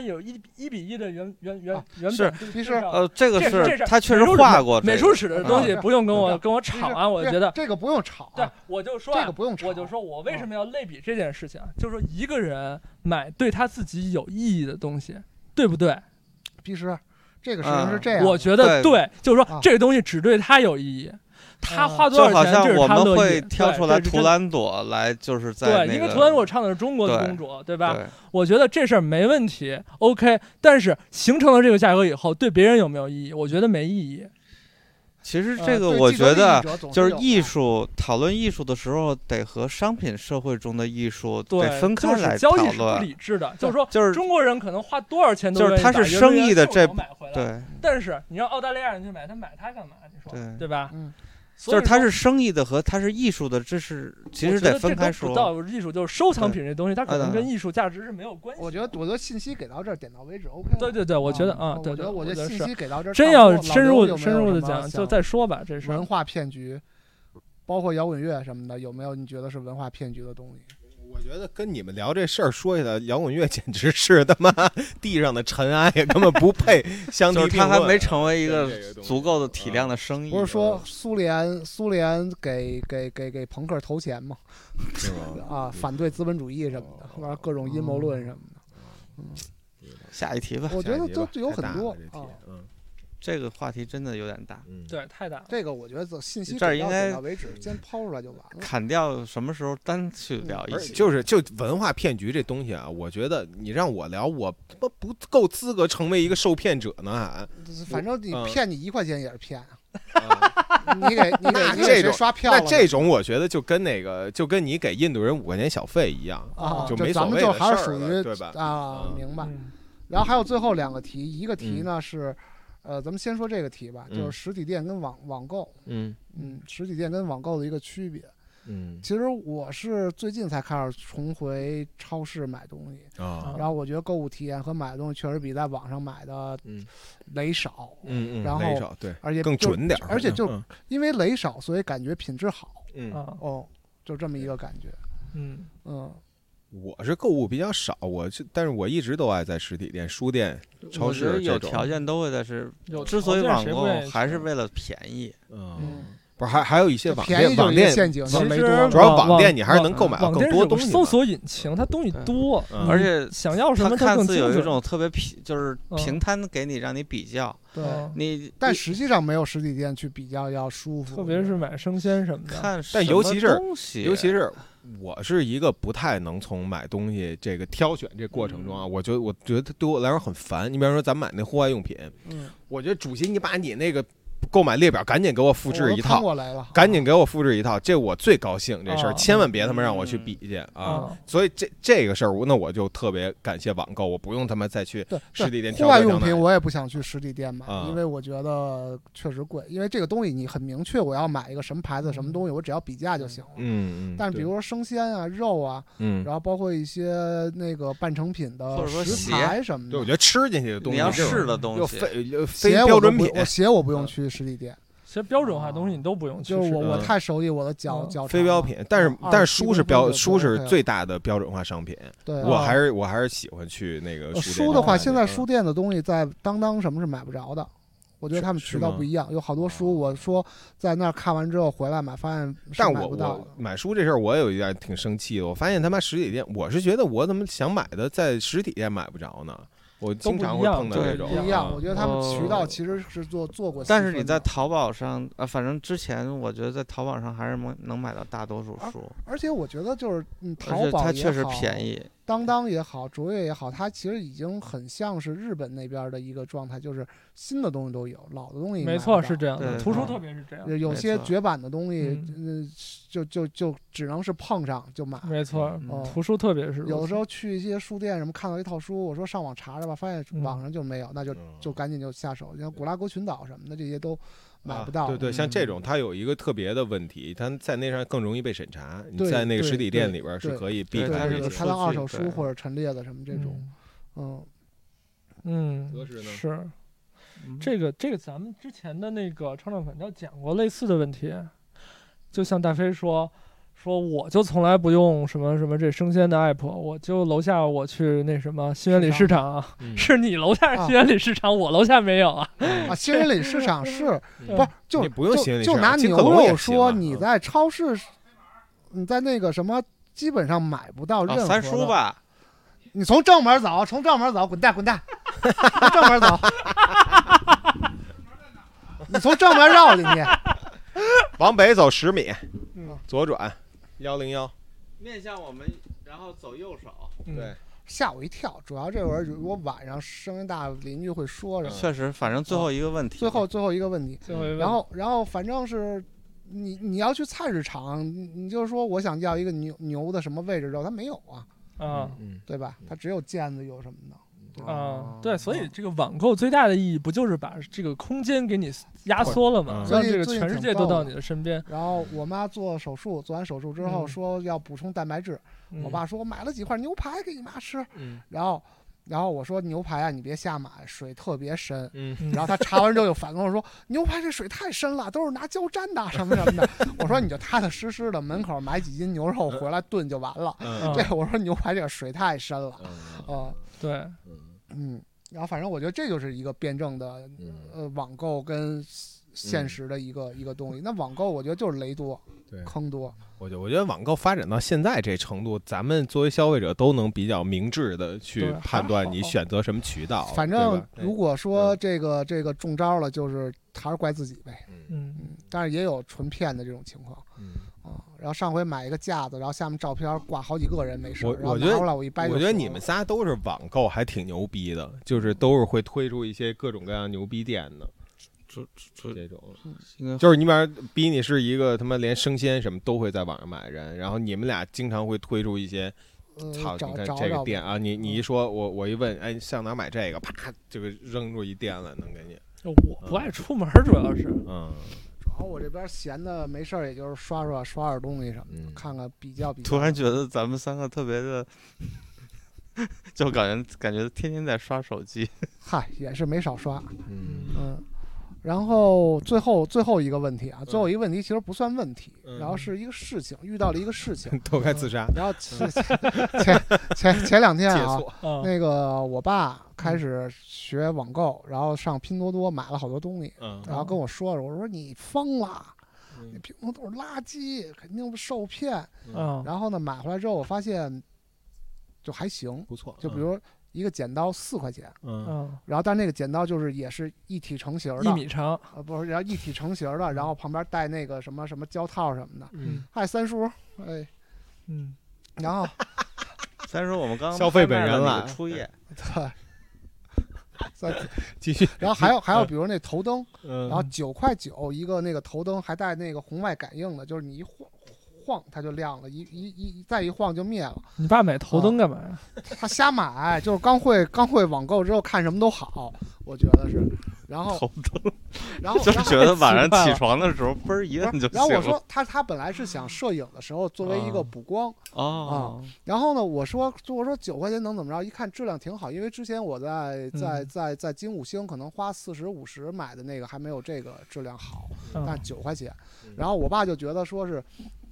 1比1的原本。 是， 其实这个是他确实画过。 美术史的东西不用跟我吵啊，我觉得这个不用吵。 对，我就说这个不用吵。 我就说我为什么要类比这件事情啊？就是说一个人买对他自己有意义的东西，对不对？ 必须，这个事情是这样。 我觉得对，就是说这个东西只对他有意义。他花多少钱， 就好像我们会挑出来图兰朵来，就是在对，因为图兰朵唱的是中国的公主，对吧？我觉得这事儿没问题 ，OK。但是形成了这个价格以后，对别人有没有意义？我觉得没意义。 其实这个我觉得就是艺术，讨论艺术的时候得和商品社会中的艺术得分开来讨论。 交易是不理智的，就是说，就是中国人可能花多少钱都就是他是生意的这买回来， 对。 但是你让澳大利亚人去买，他买它干嘛？你说对吧？ 就是它是生意的和它是艺术的，这是其实得分开说。 到艺术就是收藏品这东西，它可能跟艺术价值是没有关系。 我觉得信息给到这儿，点到为止 OK。 对，我觉得我觉得信息给到这儿， 真要深入的讲，就再说吧。这是文化骗局，包括摇滚乐什么的，有没有你觉得是文化骗局的东西？ 我觉得跟你们聊这事儿说起来，摇滚乐简直是他妈地上的尘埃，根本不配相提并论。 就是他还没成为一个足够的体量的生意。 不是说苏联给朋克投钱吗？啊，反对资本主义什么的，完各种阴谋论什么的。 下一题吧。 我觉得都有很多啊。 这个话题真的有点大， 对，太大了。 这个我觉得信息这儿应该到为止，先抛出来就完了。 砍掉什么时候单去聊一期？ 就文化骗局这东西啊，我觉得你让我聊，我不够资格成为一个受骗者呢，还。 反正你骗你1块钱也是骗啊。你给谁刷票？ 那这种我觉得就跟你给印度人5块钱小费一样啊， 就没所谓的事儿了，还是属于对吧？ 啊，明白。然后还有最后2个题，一个题呢是。咱们先说这个题吧，就是实体店跟网购，实体店跟网购的一个区别。其实我是最近才开始重回超市买东西，然后我觉得购物体验和买的东西确实比在网上买的雷少，然后雷少对， 而且更准点， 而且就因为雷少，所以感觉品质好，就这么一个感觉， 我是购物比较少，但是我一直都爱在实体店、书店、超市有条件都会在之所以网购还是为了便宜。 不是还有一些网店陷阱， 其实主要网店你还是能购买到更多东西。 搜索引擎它东西多， 而且想要什么它看似有一种特别就是平摊给你让你比较。 对，但实际上没有实体店去比较要舒服， 特别是买生鲜什么的。 但尤其是我是一个不太能从买东西这个挑选这过程中啊，我觉得对我来说很烦。你比方说咱们买那户外用品，我觉得主席你把你那个购买列表赶紧给我复制一套，赶紧给我复制一套，这我最高兴这事儿，千万别他妈让我去比去啊！所以这个事儿，那我就特别感谢网购，我不用他妈再去实体店挑。 户外用品我也不想去实体店买，因为我觉得确实贵。因为这个东西你很明确，我要买一个什么牌子什么东西，我只要比价就行了。但是比如说生鲜啊、肉啊，然后包括一些那个半成品的食材什么的， 对，我觉得吃进去的东西， 你要试的东西， 非标准品， 鞋我不用去实体店。 其实标准化东西你都不用去， 就是我太熟悉我的脚非标品，但是书是最大的标准化商品。 对， 我还是喜欢去那个书的话，现在书店的东西在当当什么是买不着的，我觉得他们渠道不一样，有好多书我说在那儿看完之后回来买，发现是买不到。 但我买书这事儿我有一点挺生气的，我发现他妈实体店，我是觉得我怎么想买的在实体店买不着呢？我经常会碰到这种不一样，我觉得他们渠道其实是做过。 但是你在淘宝上反正之前我觉得在淘宝上还是能买到大多数书。 而且我觉得就是淘宝它确实便宜， 当当也好，卓越也好，它其实已经很像是日本那边的一个状态，就是新的东西都有，老的东西没错是这样的，图书特别是这样， 有些绝版的东西，就只能是碰上就买。 没错，图书特别是有的时候去一些书店什么看到一套书，我说上网查查吧，发现网上就没有，那就赶紧就下手。像古拉格群岛什么的这些都买不到。 对，像这种它有一个特别的问题，它在那上更容易被审查。你在那个实体店里边是可以避开这个。 它当二手书或者陈列的什么这种， 是。这个咱们之前的那个超量反教讲过类似的问题，就像大飞说我就从来不用什么什么这生鲜的 app， 我就楼下我去那什么新源里市场，是你楼下是新源里市场，我楼下没有啊。 新源里市场是不是不用新源里市场，就拿牛肉说，你在超市，你在那个什么基本上买不到任何三叔吧。 你从正门走，滚蛋，从正门走，你从正门绕进去， 往北走10米，左转101， 面向我们，然后走右手。 对， 吓我一跳，主要这会儿如果晚上声音大，邻居会说着。 确实，反正最后一个问题， 最后一个问题，然后反正是你要去菜市场，你就是说我想要一个牛的什么位置肉，它没有啊。对吧？它只有腱子有什么的对，所以这个网购最大的意义不就是把这个空间给你压缩了吗？让这个全世界都到你的身边。 然后我妈做完手术之后说要补充蛋白质，我爸说我买了几块牛排给你妈吃，然后我说牛排啊，你别瞎买，水特别深。然后他查完之后又反跟我说，牛排这水太深了，都是拿胶粘的什么什么的。我说你就踏踏实实的门口买几斤牛肉回来炖就完了。这我说牛排这个水太深了。 对， 然后反正我觉得这就是一个辩证的网购跟现实的一个东西。那网购我觉得就是雷多，坑多。 我觉得网购发展到现在这程度，咱们作为消费者都能比较明智的去判断你选择什么渠道。 反正如果说这个中招了，就是还是怪自己呗。但是也有纯骗的这种情况。然后上回买一个架子，然后下面照片挂好几个人没事，然后拿过来我一掰就。 我觉得你们仨都是网购还挺牛逼的，就是都是会推出一些各种各样牛逼店的。这种就是你比方逼你是一个他妈连生鲜什么都会在网上买人，然后你们俩经常会推出一些操，你看这个店啊，你一说我一问，哎，上哪买这个，啪就给扔出一店来，能给你。 我不爱出门，主要是主要我这边闲的没事儿，也就是刷点东西什么的，看看比较。 突然觉得咱们三个特别的，就感觉天天在刷手机。 嗨，也是没少刷。然后最后一个问题啊，最后一个问题其实不算问题，然后是一个事情，遇到了一个事情， 都该自杀。 然后前2天啊，那个我爸开始学网购，然后上拼多多买了好多东西，然后跟我说你疯了， 那屏幕都是垃圾，肯定受骗。然后呢，买回来之后我发现就还行， 不错。 就比如一个剪刀4块钱，然后但那个剪刀就是也是一体成型的，1 米长， 不是，然后一体成型的，然后旁边带那个什么什么胶套什么的。嗨，三叔，哎，然后三叔，我们刚消费本人了， 初夜， 对。 再继续， 然后还有比如那头灯，然后9.9块一个那个头灯，还带那个红外感应的，就是你一晃它就亮了，再一晃就灭了。 你爸买头灯干嘛呀？ 他瞎买，就是刚会网购之后看什么都好，我觉得是。然后头灯， 然后就是觉得晚上起床的时候嘣一摁就行了。 然后我说他本来是想摄影的时候作为一个补光然后呢我说9块钱能怎么着？一看质量挺好，因为之前我在金五星可能花40、50买的那个还没有这个质量好，但是9块钱。然后我爸就觉得说是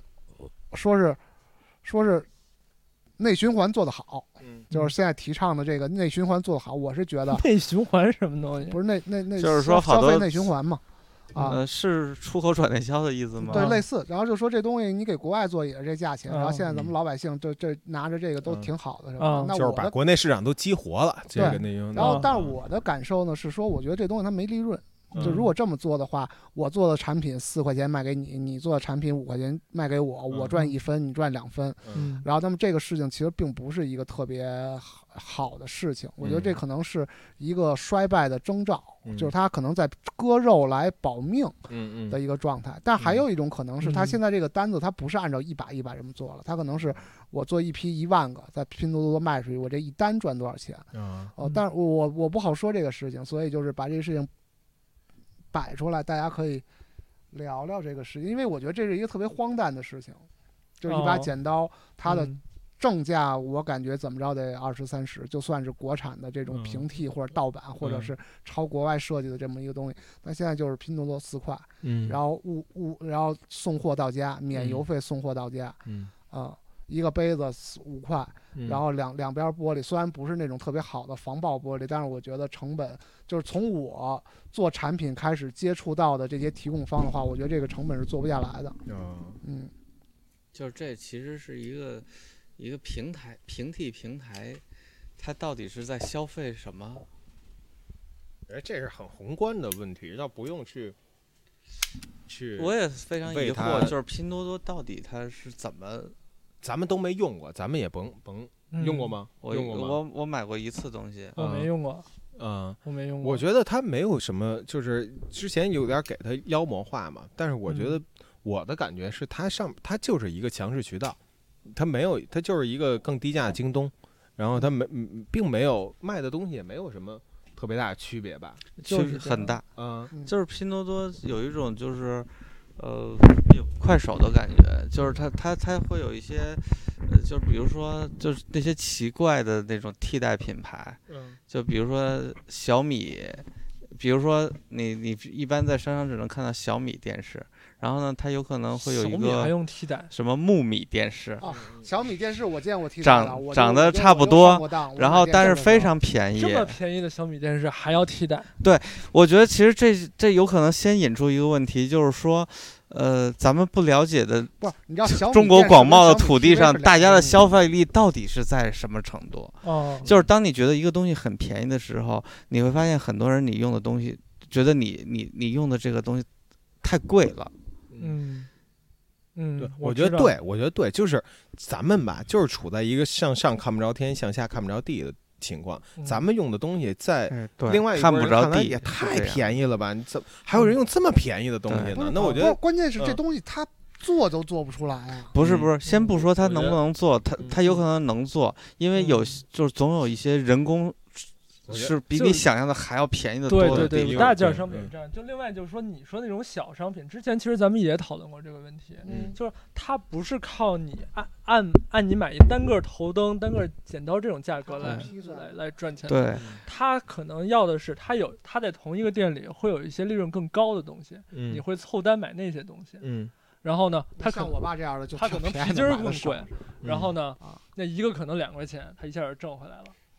内循环做得好，就是现在提倡的这个内循环做得好，我是觉得内循环什么东西？ 不是那就是说好多消费内循环嘛， 是出口转内销的意思吗？ 对，类似。然后就说这东西你给国外做也是这价钱，然后现在咱们老百姓这拿着这个都挺好的，是吧？那就是把国内市场都激活了，这个内容。 然后，但是我的感受呢是说，我觉得这东西它没利润。就如果这么做的话，我做的产品4块钱卖给你，你做的产品5块钱卖给我，我赚1分，你赚2分。然后，那么这个事情其实并不是一个特别好的事情。我觉得这可能是一个衰败的征兆，就是他可能在割肉来保命的一个状态。但还有一种可能是，他现在这个单子他不是按照100这么做了，他可能是我做一批1万个，在拼多多卖出去，我这一单赚多少钱？但是我不好说这个事情，所以就是把这个事情摆出来，大家可以聊聊这个事情，因为我觉得这是一个特别荒诞的事情，就是一把剪刀，它的正价我感觉怎么着得20、30，就算是国产的这种平替或者盗版，或者是抄国外设计的这么一个东西，但现在就是拼多多4块，然后然后送货到家，免邮费送货到家，一个杯子5块，然后两边玻璃，虽然不是那种特别好的防爆玻璃，但是我觉得成本就是从我做产品开始接触到的这些提供方的话，我觉得这个成本是做不下来的。 就是这其实是一个平台，平替平台，它到底是在消费什么？ 这是很宏观的问题，倒不用去。 我也非常疑惑，就是拼多多到底它是怎么？ 咱们都没用过，咱们也甭用过吗？ 我买过1次东西， 我没用过。我没用过。 我觉得它没有什么，就是之前有点给它妖魔化嘛，但是我觉得我的感觉是它就是一个强势渠道，它就是一个更低价的京东，然后它并没有卖的东西也没有什么特别大的区别吧， 就是很大。就是拼多多有一种就是快手的感觉，就是它会有一些就比如说就是那些奇怪的那种替代品牌，就比如说小米，比如说你一般在商场只能看到小米电视，然后呢它有可能会有一个还用替代什么木米电视小米电视我见过替代的， 长得差不多，然后但是非常便宜， 这么便宜的小米电视还要替代？ 对，我觉得其实这有可能先引出一个问题，就是说咱们不了解的， 不是你知道中国广袤的土地上，大家的消费力到底是在什么程度？就是当你觉得一个东西很便宜的时候，你会发现很多人你用的东西，觉得你用的这个东西太贵了。 对，我觉得对，就是咱们吧，就是处在一个向上看不着天，向下看不着地的情况。咱们用的东西在另外一看不着地也太便宜了吧？你怎么还有人用这么便宜的东西呢？那我觉得关键是这东西它做都做不出来啊！ 不是，先不说它能不能做，它有可能能做，因为就是总有一些人工。是比你想象的还要便宜的多的。 对，大件商品是这样。就另外就是说，你说那种小商品，之前其实咱们也讨论过这个问题，就是它不是靠你按你买一单个头灯、单个剪刀这种价格来赚钱的。 对， 它可能要的是它在同一个店里会有一些利润更高的东西，你会凑单买那些东西。然后呢，它像我爸这样的， 它可能皮筋更贵。然后呢，那一个可能2块钱，它一下就挣回来了。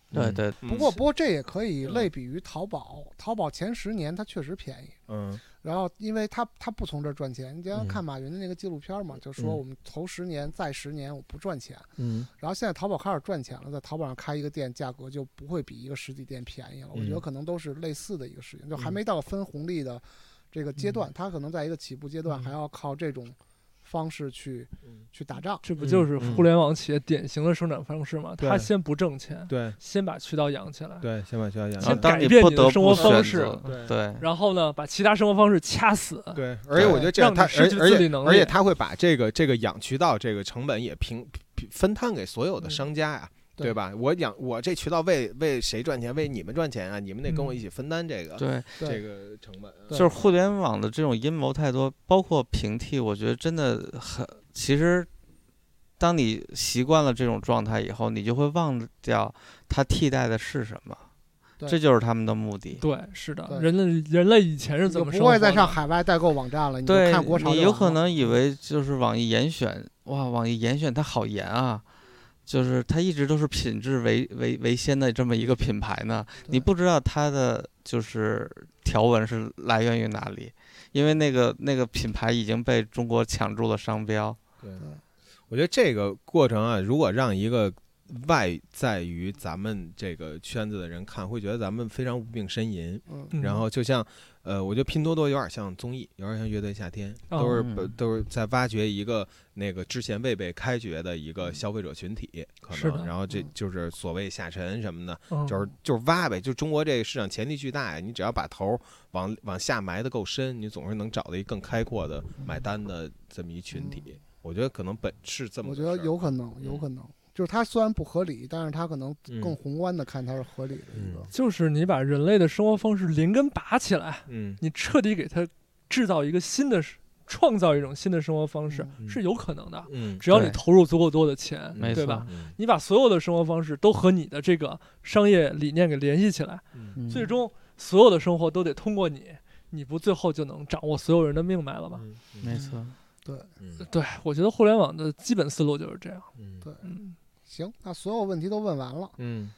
对对。 不过这也可以类比于淘宝，淘宝前10年它确实便宜。然后因为它不从这儿赚钱，你经常看马云的那个纪录片嘛，就说我们头10年再10年我不赚钱。然后现在淘宝开始赚钱了，在淘宝上开一个店，价格就不会比一个实体店便宜了。我觉得可能都是类似的一个事情，就还没到分红利的这个阶段，它可能在一个起步阶段，还要靠这种方式去打仗。 这不就是互联网企业典型的生产方式吗？他先不挣钱， 对， 先把渠道养起来， 对，先把渠道养起来， 先改变你的生活方式， 对， 然后呢，把其他生活方式掐死， 对。而且我觉得这样，而且他会把这个养渠道这个成本也分摊给所有的商家呀。对吧？我这渠道为谁赚钱？为你们赚钱啊！你们得跟我一起分担这个这个成本。 就是互联网的这种阴谋太多，包括平替，我觉得真的很。其实，当你习惯了这种状态以后，你就会忘掉它替代的是什么。这就是他们的目的。 对，是的，人类以前是怎么生活的？ 不会再上海外代购网站了。你就看国潮。 你有可能以为就是网易严选，哇，网易严选它好严啊。就是它一直都是品质为先的这么一个品牌呢，你不知道它的就是条文是来源于哪里，因为那个品牌已经被中国抢注了商标。 对，我觉得这个过程啊，如果让一个外在于咱们这个圈子的人看，会觉得咱们非常无病呻吟。然后就像我觉得拼多多有点像综艺，有点像乐队夏天，都是在挖掘一个那个之前未被开掘的一个消费者群体，可能，然后这就是所谓下沉什么的，就是挖呗。就中国这个市场潜力巨大呀，你只要把头往下埋的够深，你总是能找到一更开阔的买单的这么一群体。我觉得可能本是这么， 我觉得有可能。就是它虽然不合理，但是它可能更宏观的看它是合理的一个。 就是你把人类的生活方式连根拔起来，你彻底给它制造一个创造一种新的生活方式，是有可能的。只要你投入足够多的钱，对吧？你把所有的生活方式都和你的这个商业理念给联系起来，最终所有的生活都得通过你不最后就能掌握所有人的命脉了吗？ 没错， 对，我觉得互联网的基本思路就是这样。 对，行，那所有问题都问完了。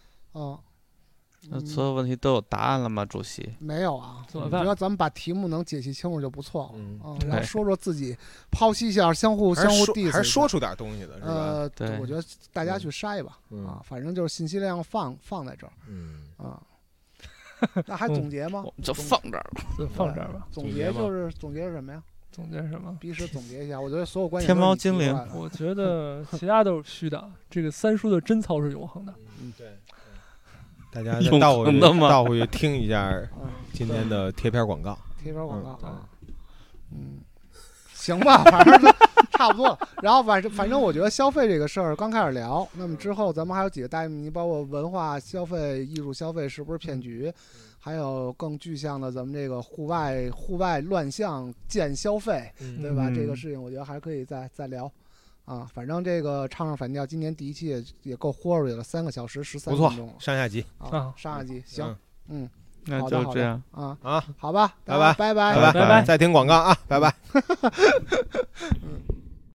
那所有问题都有答案了吗，主席？ 没有啊， 怎么办？ 只要咱们把题目能解析清楚就不错了。然后说自己，剖析一下，相互 diss， 还是说出点东西的是吧？ 对，我觉得大家去筛吧。反正就是信息量放在这儿。那还总结吗？ 就放这儿吧， 放这儿吧。 总结是什么呀？ 总结什么？ 必须总结一下。我觉得所有观点。 天猫精灵， 我觉得其他都是虚的。这个三叔的贞操是永恒的。 对。大家倒回去听一下今天的贴片广告。 行吧，反正就差不多了。然后反正我觉得消费这个事儿刚开始聊，那么之后咱们还有几个大议题，包括文化消费、艺术消费是不是骗局，还有更具象的咱们这个户外乱象见消费，对吧？这个事情我觉得还可以再聊。反正这个唱上反调今年第一期也够豁出去了，3个小时13分钟，不错， 上下集上下集行， 那就这样好吧， 拜拜， 拜拜， 再听广告啊，拜拜。